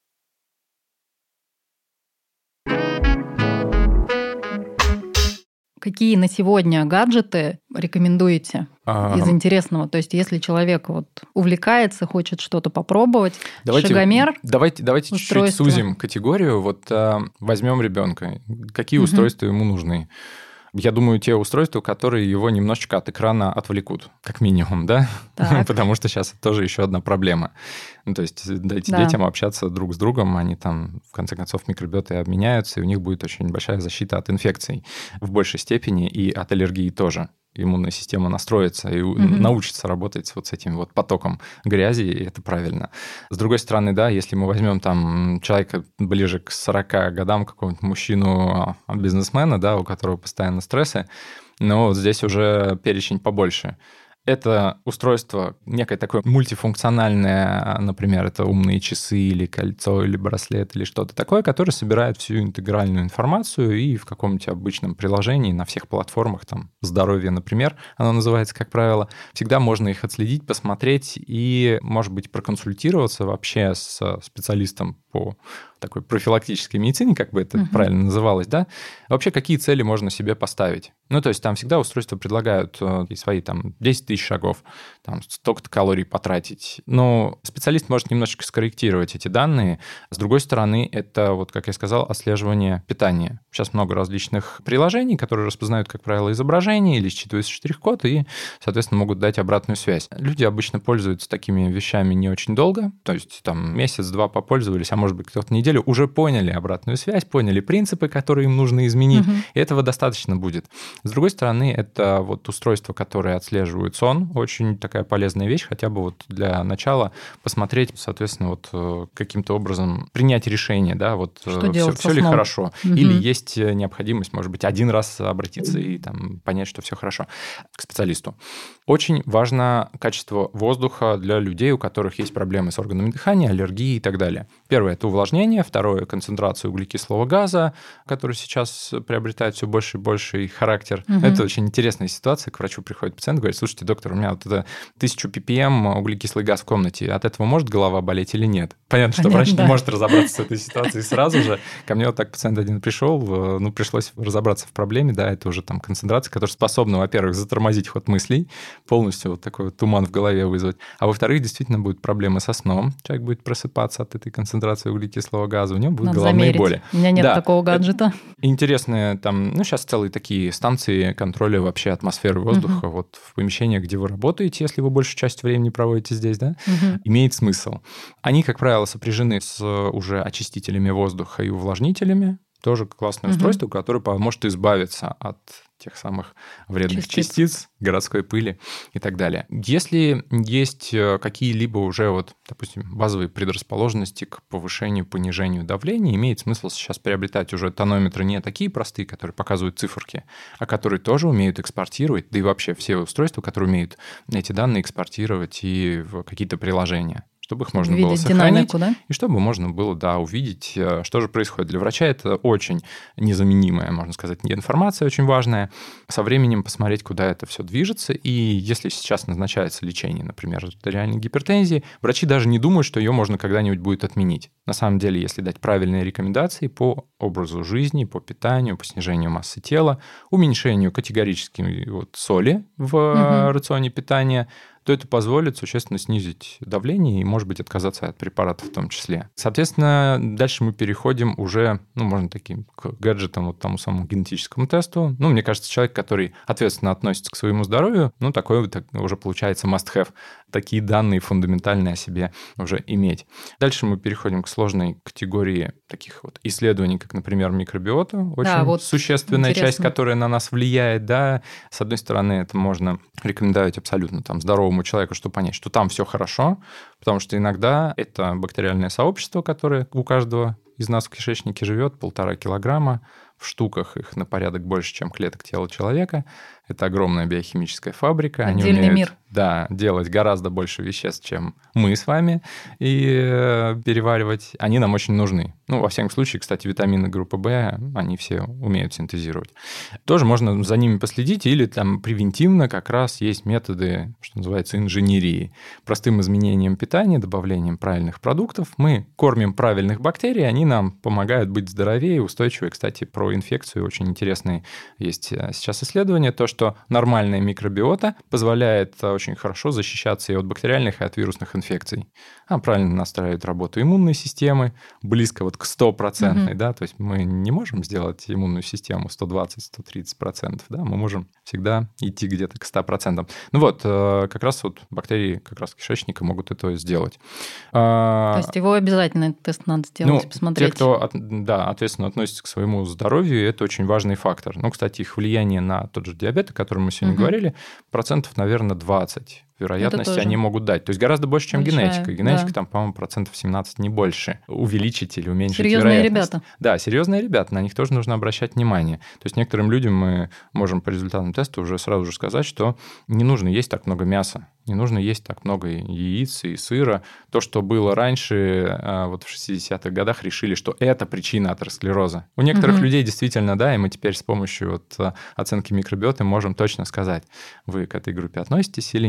Какие на сегодня гаджеты рекомендуете а... из интересного? То есть, если человек вот увлекается, хочет что-то попробовать, давайте, шагомер, давайте, давайте устройство. чуть-чуть сузим категорию. Вот а, возьмем ребенка. Какие угу. устройства ему нужны? Я думаю, те устройства, которые его немножечко от экрана отвлекут, как минимум, да? Потому что сейчас это тоже еще одна проблема. Ну, то есть дайте да. детям общаться друг с другом, они там, в конце концов, микробиоты обменяются, и у них будет очень большая защита от инфекций в большей степени и от аллергии тоже. Иммунная система настроится и mm-hmm. научится работать вот с этим вот потоком грязи, и это правильно. С другой стороны, да, если мы возьмем там человека ближе к сорока годам, какого-нибудь мужчину, бизнесмена, да, у которого постоянно стрессы, но вот здесь уже перечень побольше. Это устройство некое такое мультифункциональное, например, это умные часы или кольцо, или браслет, или что-то такое, которое собирает всю интегральную информацию и в каком-нибудь обычном приложении на всех платформах, там, здоровье, например, оно называется, как правило, всегда можно их отследить, посмотреть и, может быть, проконсультироваться вообще с специалистом по такой профилактической медицине, как бы это uh-huh. правильно называлось, да, вообще какие цели можно себе поставить. Ну, то есть там всегда устройства предлагают свои там десять тысяч шагов, там столько-то калорий потратить. Но специалист может немножечко скорректировать эти данные. С другой стороны, это, вот как я сказал, отслеживание питания. Сейчас много различных приложений, которые распознают, как правило, изображение или считывают штрих-код и, соответственно, могут дать обратную связь. Люди обычно пользуются такими вещами не очень долго, то есть там месяц-два попользовались, а может быть кто-то неделю, уже поняли обратную связь, поняли принципы, которые им нужно изменить, угу. и этого достаточно будет. С другой стороны, это вот устройства, которые отслеживают сон, очень такая полезная вещь, хотя бы вот для начала посмотреть, соответственно, вот каким-то образом принять решение, да, вот все, все ли хорошо, угу. или есть необходимость, может быть, один раз обратиться и там понять, что все хорошо, к специалисту. Очень важно качество воздуха для людей, у которых есть проблемы с органами дыхания, аллергии и так далее. Первое – это увлажнение, второе – концентрацию углекислого газа, который сейчас приобретает все больше и больше характер. Угу. Это очень интересная ситуация. К врачу приходит пациент, говорит: слушайте, доктор, у меня вот это тысяча пи-пи-эм углекислый газ в комнате, от этого может голова болеть или нет? Понятно, что Понятно, врач да. не может разобраться с этой ситуацией сразу же. Ко мне вот так пациент один пришел, ну, пришлось разобраться в проблеме, да, это уже там концентрация, которая способна, во-первых, затормозить ход мыслей, полностью вот такой вот туман в голове вызвать, а во-вторых, действительно будут проблемы со сном, человек будет просыпаться от этой концентрации углекислого газа, у него будут Надо головные замерить. боли. У меня нет да. такого гаджета. Интересные там, ну, сейчас целые такие станции контроля вообще атмосферы воздуха, угу. вот в помещениях, где вы работаете, если вы большую часть времени проводите здесь, да, угу. имеет смысл. Они, как правило, сопряжены с уже очистителями воздуха и увлажнителями. Тоже классное угу. устройство, которое поможет избавиться от тех самых вредных частиц. частиц, городской пыли и так далее. Если есть какие-либо уже, вот, допустим, базовые предрасположенности к повышению, понижению давления, имеет смысл сейчас приобретать уже тонометры не такие простые, которые показывают циферки, а которые тоже умеют экспортировать, да и вообще все устройства, которые умеют эти данные экспортировать и в какие-то приложения, чтобы их можно Видеть было сохранить, динамику, да? И чтобы можно было, да, увидеть, что же происходит. Для врача это очень незаменимая, можно сказать, информация очень важная. Со временем посмотреть, куда это все движется, и если сейчас назначается лечение, например, артериальной гипертензии, врачи даже не думают, что ее можно когда-нибудь будет отменить. На самом деле, если дать правильные рекомендации по образу жизни, по питанию, по снижению массы тела, уменьшению категорически вот соли в угу. рационе питания, то это позволит существенно снизить давление и, может быть, отказаться от препаратов в том числе. Соответственно, дальше мы переходим уже, ну, можно таким, к гаджетам, вот тому самому генетическому тесту. Ну, мне кажется, человек, который ответственно относится к своему здоровью, ну, такой так, уже получается must-have. Такие данные фундаментальные о себе уже иметь. Дальше мы переходим к сложной категории таких вот исследований, как, например, микробиота. Очень да, вот существенная интересно. Часть, которая на нас влияет, да. С одной стороны, это можно рекомендовать абсолютно там здоровому человеку, чтобы понять, что там все хорошо, потому что иногда это бактериальное сообщество, которое у каждого из нас в кишечнике живет, полтора килограмма, в штуках их на порядок больше, чем клеток тела человека. Это огромная биохимическая фабрика. Отдельный Они умеют, мир. Да, делать гораздо больше веществ, чем мы с вами, и переваривать. Они нам очень нужны. Ну, во всяком случае, кстати, витамины группы В, они все умеют синтезировать. Тоже можно за ними последить, или там превентивно как раз есть методы, что называется, инженерии. Простым изменением питания, добавлением правильных продуктов мы кормим правильных бактерий, они нам помогают быть здоровее и устойчивее. Кстати, про инфекцию очень интересные есть сейчас исследования. То, что нормальная микробиота позволяет очень хорошо защищаться и от бактериальных, и от вирусных инфекций. Она правильно настраивает работу иммунной системы, близко вот к стопроцентной, mm-hmm. да, то есть мы не можем сделать иммунную систему сто двадцать - сто тридцать процентов, да, мы можем всегда идти где-то к ста процентам. Ну вот, как раз вот бактерии как раз кишечника могут это сделать. То есть его обязательно этот тест надо сделать, ну, посмотреть. Те, кто, да, ответственно относится к своему здоровью, это очень важный фактор. Ну, кстати, их влияние на тот же диабет, о котором мы сегодня угу. говорили, процентов, наверное, двадцать вероятности они могут дать. То есть гораздо больше, чем Большая, генетика. Генетика да. там, по-моему, процентов семнадцать, не больше. Увеличить или уменьшить серьезные вероятность. Ребята. Да, серьезные ребята, на них тоже нужно обращать внимание. То есть некоторым людям мы можем по результатам теста уже сразу же сказать, что не нужно есть так много мяса, не нужно есть так много яиц и сыра. То, что было раньше, вот в шестидесятых годах решили, что это причина атеросклероза. У некоторых угу. людей действительно, да, и мы теперь с помощью вот оценки микробиоты можем точно сказать, вы к этой группе относитесь или нет. Даже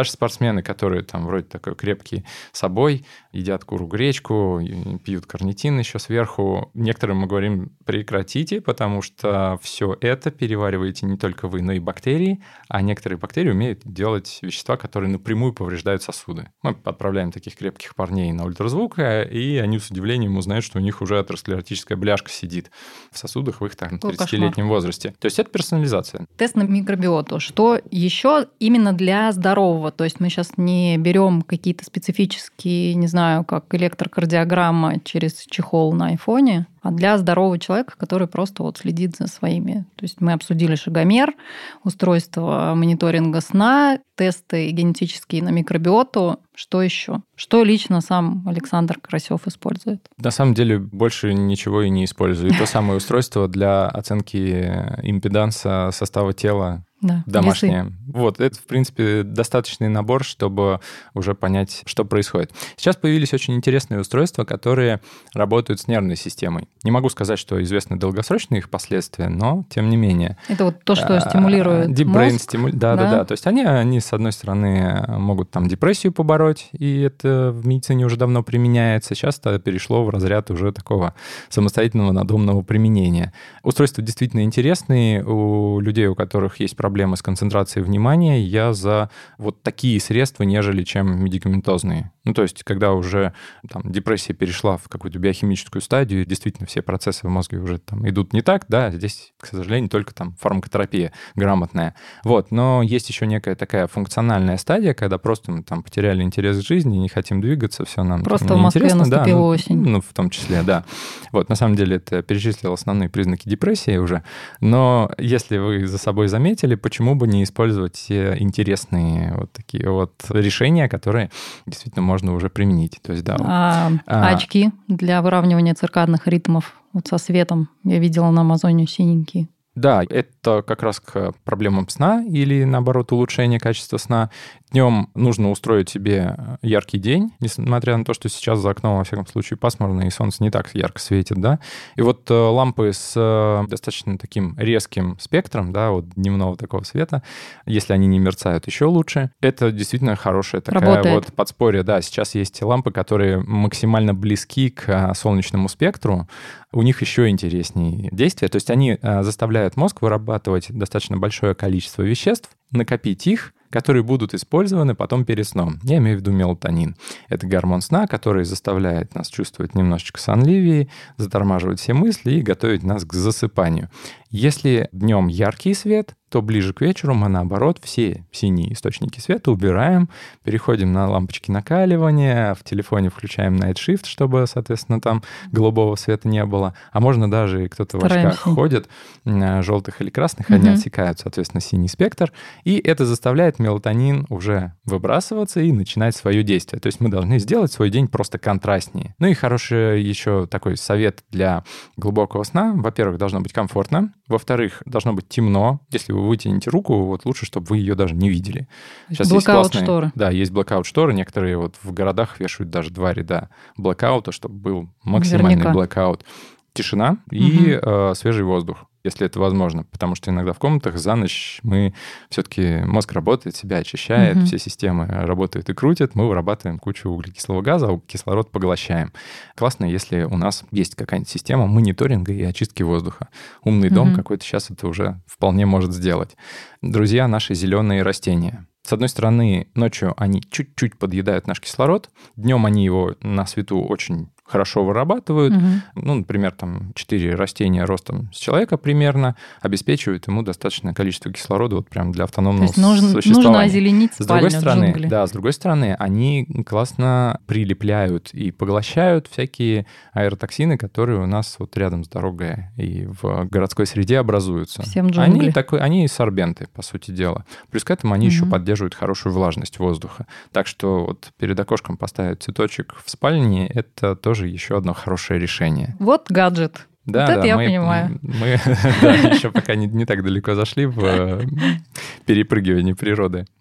даже спортсмены, которые там вроде такой крепкий собой, едят куру-гречку, пьют карнитин еще сверху. Некоторым мы говорим, прекратите, потому что все это перевариваете не только вы, но и бактерии, а некоторые бактерии умеют делать вещества, которые напрямую повреждают сосуды. Мы отправляем таких крепких парней на ультразвук, и они с удивлением узнают, что у них уже атеросклеротическая бляшка сидит в сосудах в их там, тридцатилетнем возрасте. То есть это персонализация. Тест на микробиоту. Что еще именно для здорового? То есть мы сейчас не берем какие-то специфические, не знаю, как электрокардиограмма через чехол на айфоне, а для здорового человека, который просто вот следит за своими. То есть мы обсудили шагомер, устройство мониторинга сна, тесты генетические на микробиоту. Что еще? Что лично сам Александр Карасёв использует? На самом деле больше ничего и не использую. И то самое устройство для оценки импеданса состава тела. Да, домашнее. весы. Вот, это, в принципе, достаточный набор, чтобы уже понять, что происходит. Сейчас появились очень интересные устройства, которые работают с нервной системой. Не могу сказать, что известны долгосрочные их последствия, но тем не менее. Это вот то, что стимулирует Deep brain мозг? Stimul... Да, да, да, да. То есть они, они, с одной стороны, могут там депрессию побороть, и это в медицине уже давно применяется. Сейчас это перешло в разряд уже такого самостоятельного надомного применения. Устройства действительно интересные. У людей, у которых есть проблемы проблемы с концентрацией внимания, я за вот такие средства, нежели чем медикаментозные. Ну, то есть, когда уже там, депрессия перешла в какую-то биохимическую стадию, действительно все процессы в мозге уже там идут не так, да, здесь, к сожалению, только там фармакотерапия грамотная. Вот, но есть еще некая такая функциональная стадия, когда просто мы там потеряли интерес к жизни, не хотим двигаться, все нам просто в Москве наступила да, ну, осень. Ну, в том числе, да. Вот, на самом деле, это перечислил основные признаки депрессии уже, но если вы за собой заметили, почему бы не использовать все интересные вот такие вот решения, которые действительно можно уже применить. То есть, да, а, а очки для выравнивания циркадных ритмов вот со светом. Я видела на Амазоне синенькие. Да, это как раз к проблемам сна или, наоборот, улучшение качества сна. Днем нужно устроить себе яркий день, несмотря на то, что сейчас за окном, во всяком случае, пасмурно, и солнце не так ярко светит, да. И вот лампы с достаточно таким резким спектром, да, вот дневного такого света, если они не мерцают, еще лучше. Это действительно хорошая такая Работает. Вот подспорье. Да, сейчас есть лампы, которые максимально близки к солнечному спектру. У них еще интереснее действие. То есть они заставляют мозг вырабатывать достаточно большое количество веществ, накопить их, которые будут использованы потом перед сном. Я имею в виду мелатонин. Это гормон сна, который заставляет нас чувствовать немножечко сонливее, затормаживать все мысли и готовить нас к засыпанию. Если днем яркий свет, то ближе к вечеру мы, наоборот, все синие источники света убираем, переходим на лампочки накаливания, в телефоне включаем Night Shift, чтобы, соответственно, там голубого света не было. А можно даже, кто-то в очках ходит, желтых или красных, они угу. отсекают, соответственно, синий спектр, и это заставляет мелатонин уже выбрасываться и начинать свое действие. То есть мы должны сделать свой день просто контрастнее. Ну и хороший еще такой совет для глубокого сна. Во-первых, должно быть комфортно. Во-вторых, должно быть темно. Если вы вытянете руку, вот лучше, чтобы вы ее даже не видели. Сейчас есть классные... шторы. Да, есть блэкаут-шторы. Некоторые вот в городах вешают даже два ряда блэкаута, чтобы был максимальный блэкаут. Тишина и угу. э, свежий воздух, если это возможно. Потому что иногда в комнатах за ночь мы все-таки мозг работает, себя очищает, угу. все системы работают и крутят, мы вырабатываем кучу углекислого газа, а кислород поглощаем. Классно, если у нас есть какая-нибудь система мониторинга и очистки воздуха. Умный угу. дом какой-то сейчас это уже вполне может сделать. Друзья, наши зеленые растения. С одной стороны, ночью они чуть-чуть подъедают наш кислород, днем они его на свету очень хорошо вырабатывают. Угу. Ну, например, там четыре растения ростом с человека примерно обеспечивают ему достаточное количество кислорода вот прям для автономного То есть нужно, существования. Нужно озеленить спальню, с другой стороны, джунгли. Да, с другой стороны, они классно прилепляют и поглощают всякие аэротоксины, которые у нас вот рядом с дорогой и в городской среде образуются. Всем джунгли. Они, такой, они сорбенты, по сути дела. Плюс к этому они угу. еще поддерживают хорошую влажность воздуха. Так что вот перед окошком поставить цветочек в спальне — это тоже еще одно хорошее решение. Вот гаджет. Да, вот это да, я мы, понимаю. Мы да, еще пока не, не так далеко зашли в перепрыгивании природы.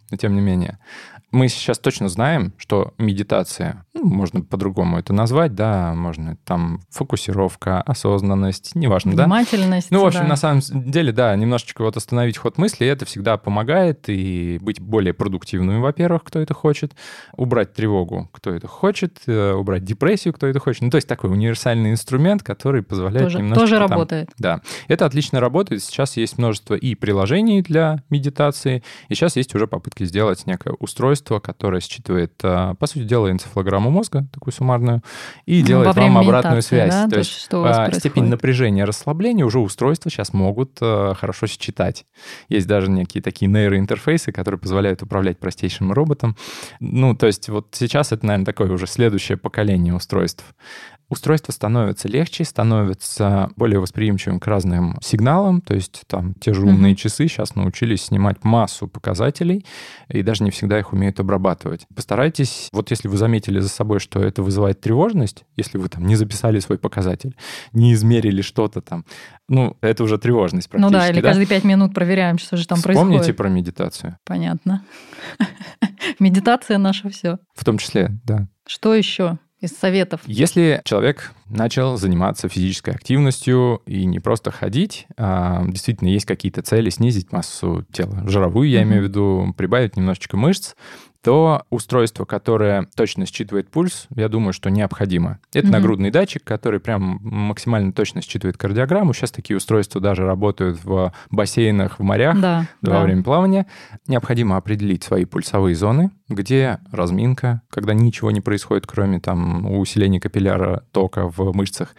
но тем не менее. Мы сейчас точно знаем, что медитация, ну, можно по-другому это назвать, да, можно там фокусировка, осознанность, неважно, да? Внимательность. Ну, в общем, да. на самом деле, да, немножечко вот остановить ход мысли, это всегда помогает, и быть более продуктивным, во-первых, кто это хочет, убрать тревогу, кто это хочет, убрать депрессию, кто это хочет. Ну, то есть такой универсальный инструмент, который позволяет тоже, немножко... Тоже там, работает. Да, это отлично работает. Сейчас есть множество и приложений для медитации, и сейчас есть уже попытки сделать некое устройство, которое считывает, по сути дела, энцефалограмму мозга, такую суммарную, и делает вам обратную связь. Да? То, То есть, есть что у вас степень происходит? напряжения, расслабления уже устройства сейчас могут хорошо считать. Есть даже некие такие нейроинтерфейсы, которые позволяют управлять простейшим роботом. Ну, то есть вот сейчас это, наверное, такое уже следующее поколение устройств. Устройство становится легче, становится более восприимчивым к разным сигналам, то есть там те же умные mm-hmm. часы сейчас научились снимать массу показателей, и даже не всегда их умеют обрабатывать. Постарайтесь, вот если вы заметили за собой, что это вызывает тревожность, если вы там не записали свой показатель, не измерили что-то там, ну, это уже тревожность практически. Ну да, или да? каждые пять минут проверяем, что же там Вспомните происходит. Вспомните про медитацию. Понятно. Медитация наша все. В том числе, да. Что еще? Из советов. Если человек начал заниматься физической активностью и не просто ходить, а действительно есть какие-то цели снизить массу тела, жировую, я mm-hmm. имею в виду, прибавить немножечко мышц, то устройство, которое точно считывает пульс, я думаю, что необходимо. Это mm-hmm. нагрудный датчик, который прям максимально точно считывает кардиограмму. Сейчас такие устройства даже работают в бассейнах, в морях да, во да. время плавания. Необходимо определить свои пульсовые зоны, где разминка, когда ничего не происходит, кроме там усиления капилляра тока в мышцах,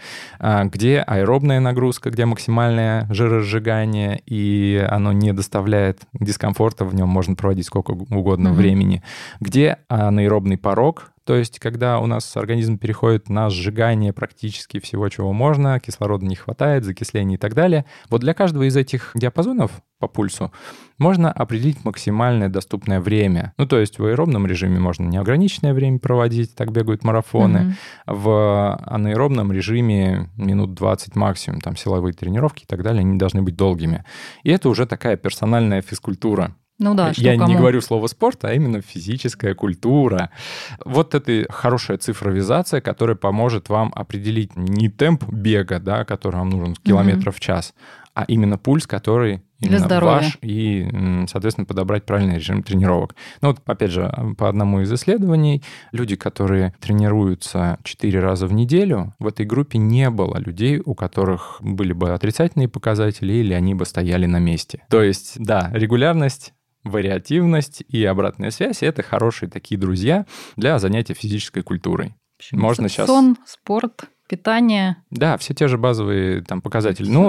где аэробная нагрузка, где максимальное жиросжигание, и оно не доставляет дискомфорта, в нем можно проводить сколько угодно mm-hmm. времени, где анаэробный порог, то есть когда у нас организм переходит на сжигание практически всего, чего можно, кислорода не хватает, закисление и так далее. Вот для каждого из этих диапазонов по пульсу можно определить максимальное доступное время. Ну, то есть в аэробном режиме можно неограниченное время проводить, так бегают марафоны. Mm-hmm. В анаэробном режиме минут двадцать максимум, там силовые тренировки и так далее, они должны быть долгими. И это уже такая персональная физкультура. Ну да, Я что не кому? говорю слово спорт, а именно физическая культура. Вот это хорошая цифровизация, которая поможет вам определить не темп бега, да, который вам нужен километров в час, а именно пульс, который именно ваш, и, соответственно, подобрать правильный режим тренировок. Ну вот, опять же, по одному из исследований, люди, которые тренируются четыре раза в неделю, в этой группе не было людей, у которых были бы отрицательные показатели, или они бы стояли на месте. То есть, да, регулярность, вариативность и обратная связь — это хорошие такие друзья для занятия физической культурой. Можно сейчас... Сон, спорт, питание. Да, все те же базовые там показатели. Все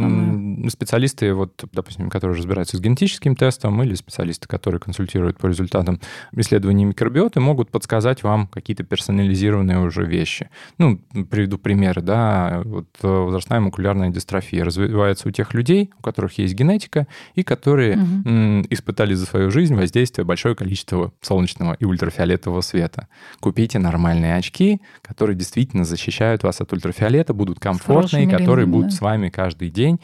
ну, специалисты, вот, допустим, которые разбираются с генетическим тестом, или специалисты, которые консультируют по результатам исследований микробиоты, могут подсказать вам какие-то персонализированные уже вещи. Ну, приведу примеры, да, вот возрастная макулярная дистрофия развивается у тех людей, у которых есть генетика, и которые угу. м, испытали за свою жизнь воздействие большое количество солнечного и ультрафиолетового света. Купите нормальные очки, которые действительно защищают вас от ультрафиолета, будут комфортные, которые будут да. с вами каждый день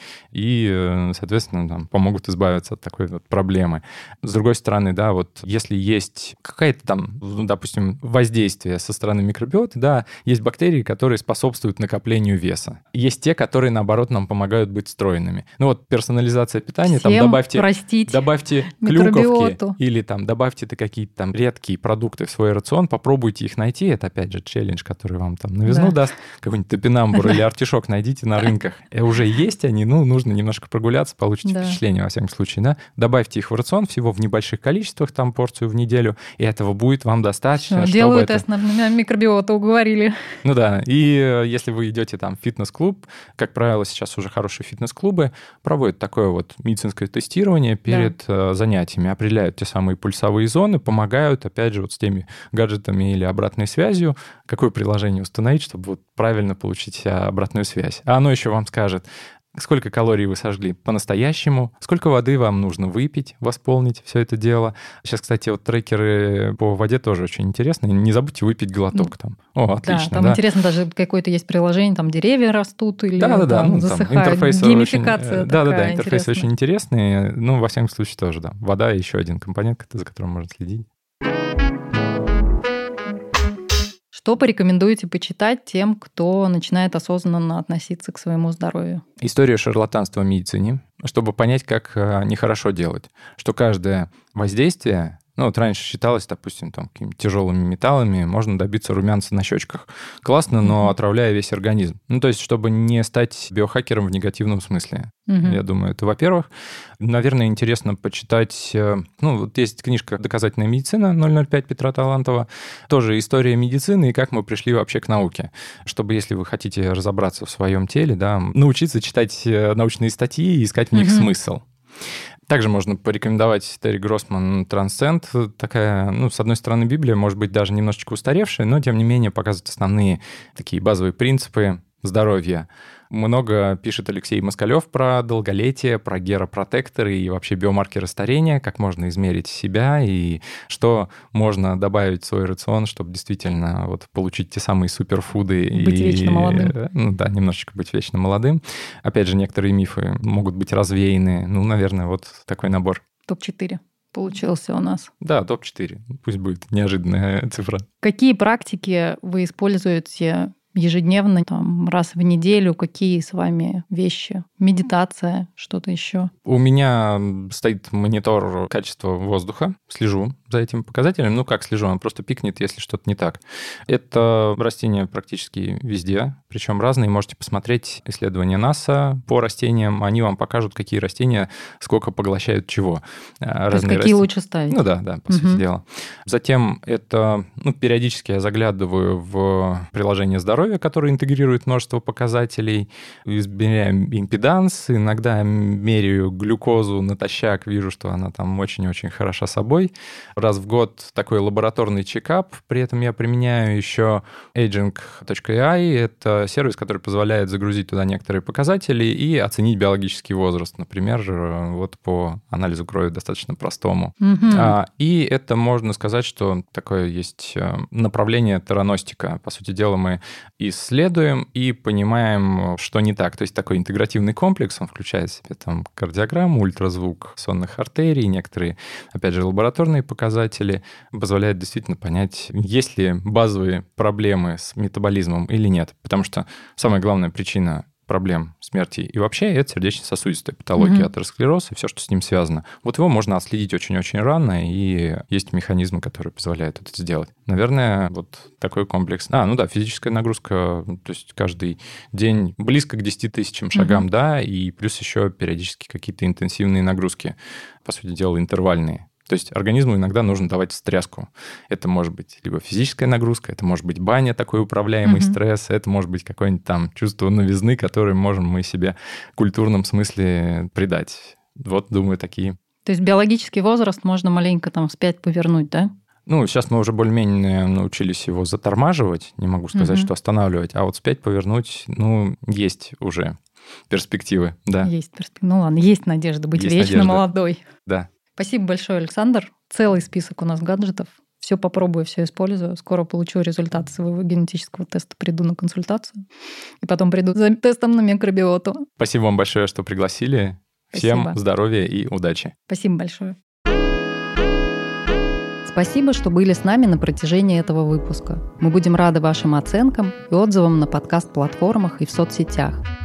и, соответственно, там, помогут избавиться от такой вот проблемы. С другой стороны, да, вот если есть какое-то там, допустим, воздействие со стороны микробиоты, да, есть бактерии, которые способствуют накоплению веса. Есть те, которые, наоборот, нам помогают быть стройными. Ну вот персонализация питания, Всем там добавьте, простить добавьте клюковки или там добавьте какие-то там редкие продукты в свой рацион, попробуйте их найти. Это, опять же, челлендж, который вам там новизну да. даст. Какой-нибудь топинамбур или артишок найдите на рынках. И уже есть они, ну, нужно немножко прогуляться, получите да. впечатление, во всяком случае, да. Добавьте их в рацион всего в небольших количествах, там, порцию в неделю, и этого будет вам достаточно, Все, делаю это... тест на микробиоту, уговорили. Ну да, и если вы идете там в фитнес-клуб, как правило, сейчас уже хорошие фитнес-клубы проводят такое вот медицинское тестирование перед да. занятиями, определяют те самые пульсовые зоны, помогают, опять же, вот с теми гаджетами или обратной связью, какое приложение установить, чтобы вот правильно получить обратную связь. А оно еще вам скажет, сколько калорий вы сожгли по-настоящему, сколько воды вам нужно выпить, восполнить все это дело. Сейчас, кстати, вот трекеры по воде тоже очень интересны. Не забудьте выпить глоток там. О, отлично. Да, там да. интересно, даже какое-то есть приложение, там деревья растут или да, да, да, там ну, засыхают. Там Геймификация очень, да, да, да, интерфейсы интересная. очень интересные. Ну, во всяком случае, тоже, да. Вода — еще один компонент, за которым можно следить. Что порекомендуете почитать тем, кто начинает осознанно относиться к своему здоровью? История шарлатанства в медицине, чтобы понять, как нехорошо делать. Что каждое воздействие... Ну, вот раньше считалось, допустим, там, какими-то тяжелыми металлами можно добиться румянца на щечках. Классно, но mm-hmm. отравляя весь организм. Ну, то есть, чтобы не стать биохакером в негативном смысле. Mm-hmm. Я думаю, это, во-первых. Наверное, интересно почитать... Ну, вот есть книжка «Доказательная медицина» ноль ноль пять Петра Талантова. Тоже история медицины и как мы пришли вообще к науке. Чтобы, если вы хотите разобраться в своем теле, да, научиться читать научные статьи и искать в них mm-hmm. смысл. Также можно порекомендовать Терри Гроссман «Трансценд». Такая, ну, с одной стороны, Библия, может быть, даже немножечко устаревшая, но, тем не менее, показывает основные такие базовые принципы здоровья. Много пишет Алексей Москалев про долголетие, про геропротекторы и вообще биомаркеры старения, как можно измерить себя и что можно добавить в свой рацион, чтобы действительно вот получить те самые суперфуды. Быть и, вечно молодым. Ну да, немножечко быть вечно молодым. Опять же, некоторые мифы могут быть развеяны. Ну, наверное, вот такой набор. топ четыре получился у нас. Да, топ четыре. Пусть будет неожиданная цифра. Какие практики вы используете ежедневно, там, раз в неделю? Какие с вами вещи? Медитация, что-то еще? У меня стоит монитор качества воздуха. Слежу за этим показателем. Ну, как слежу? Он просто пикнет, если что-то не так. Это растения практически везде, причем разные. Можете посмотреть исследования НАСА по растениям. Они вам покажут, какие растения сколько поглощают чего. То разные есть какие растения лучше ставить? Ну да, да, по угу. сути дела. Затем это, ну, периодически я заглядываю в приложение здоровья, которое интегрирует множество показателей. Измеряю импеданс, иногда меряю глюкозу натощак, вижу, что она там очень-очень хороша собой. Раз в год такой лабораторный чекап. При этом я применяю еще aging точка эй ай. Это сервис, который позволяет загрузить туда некоторые показатели и оценить биологический возраст. Например, вот по анализу крови достаточно простому. Mm-hmm. А, и это, можно сказать, что такое есть направление тераностика. По сути дела, мы исследуем и понимаем, что не так. То есть такой интегративный комплекс, он включает в себя там кардиограмму, ультразвук сонных артерий, некоторые, опять же, лабораторные показатели, позволяет действительно понять, есть ли базовые проблемы с метаболизмом или нет. Потому что самая главная причина проблем смерти и вообще это сердечно-сосудистая патология, mm-hmm. атеросклероз и все, что с ним связано. Вот его можно отследить очень-очень рано, и есть механизмы, которые позволяют это сделать. Наверное, вот такой комплекс. А, ну да, физическая нагрузка, то есть каждый день близко к десяти тысячам шагам, mm-hmm. да, и плюс еще периодически какие-то интенсивные нагрузки, по сути дела, интервальные. То есть организму иногда нужно давать встряску. Это может быть либо физическая нагрузка, это может быть баня, такой управляемый mm-hmm. стресс, это может быть какое-нибудь там чувство новизны, которое можем мы себе в культурном смысле придать. Вот, думаю, такие. То есть биологический возраст можно маленько там вспять повернуть, да? Ну, сейчас мы уже более-менее научились его затормаживать, не могу сказать, mm-hmm. что останавливать, а вот вспять повернуть, ну, есть уже перспективы, да. Есть перспективы. Ну ладно, есть надежда быть есть вечно надежда. Молодой. Да. Спасибо большое, Александр. Целый список у нас гаджетов. Все попробую, все использую. Скоро получу результат своего генетического теста, приду на консультацию. И потом приду за тестом на микробиоту. Спасибо вам большое, что пригласили. Всем Спасибо. Здоровья и удачи. Спасибо большое. Спасибо, что были с нами на протяжении этого выпуска. Мы будем рады вашим оценкам и отзывам на подкаст-платформах и в соцсетях.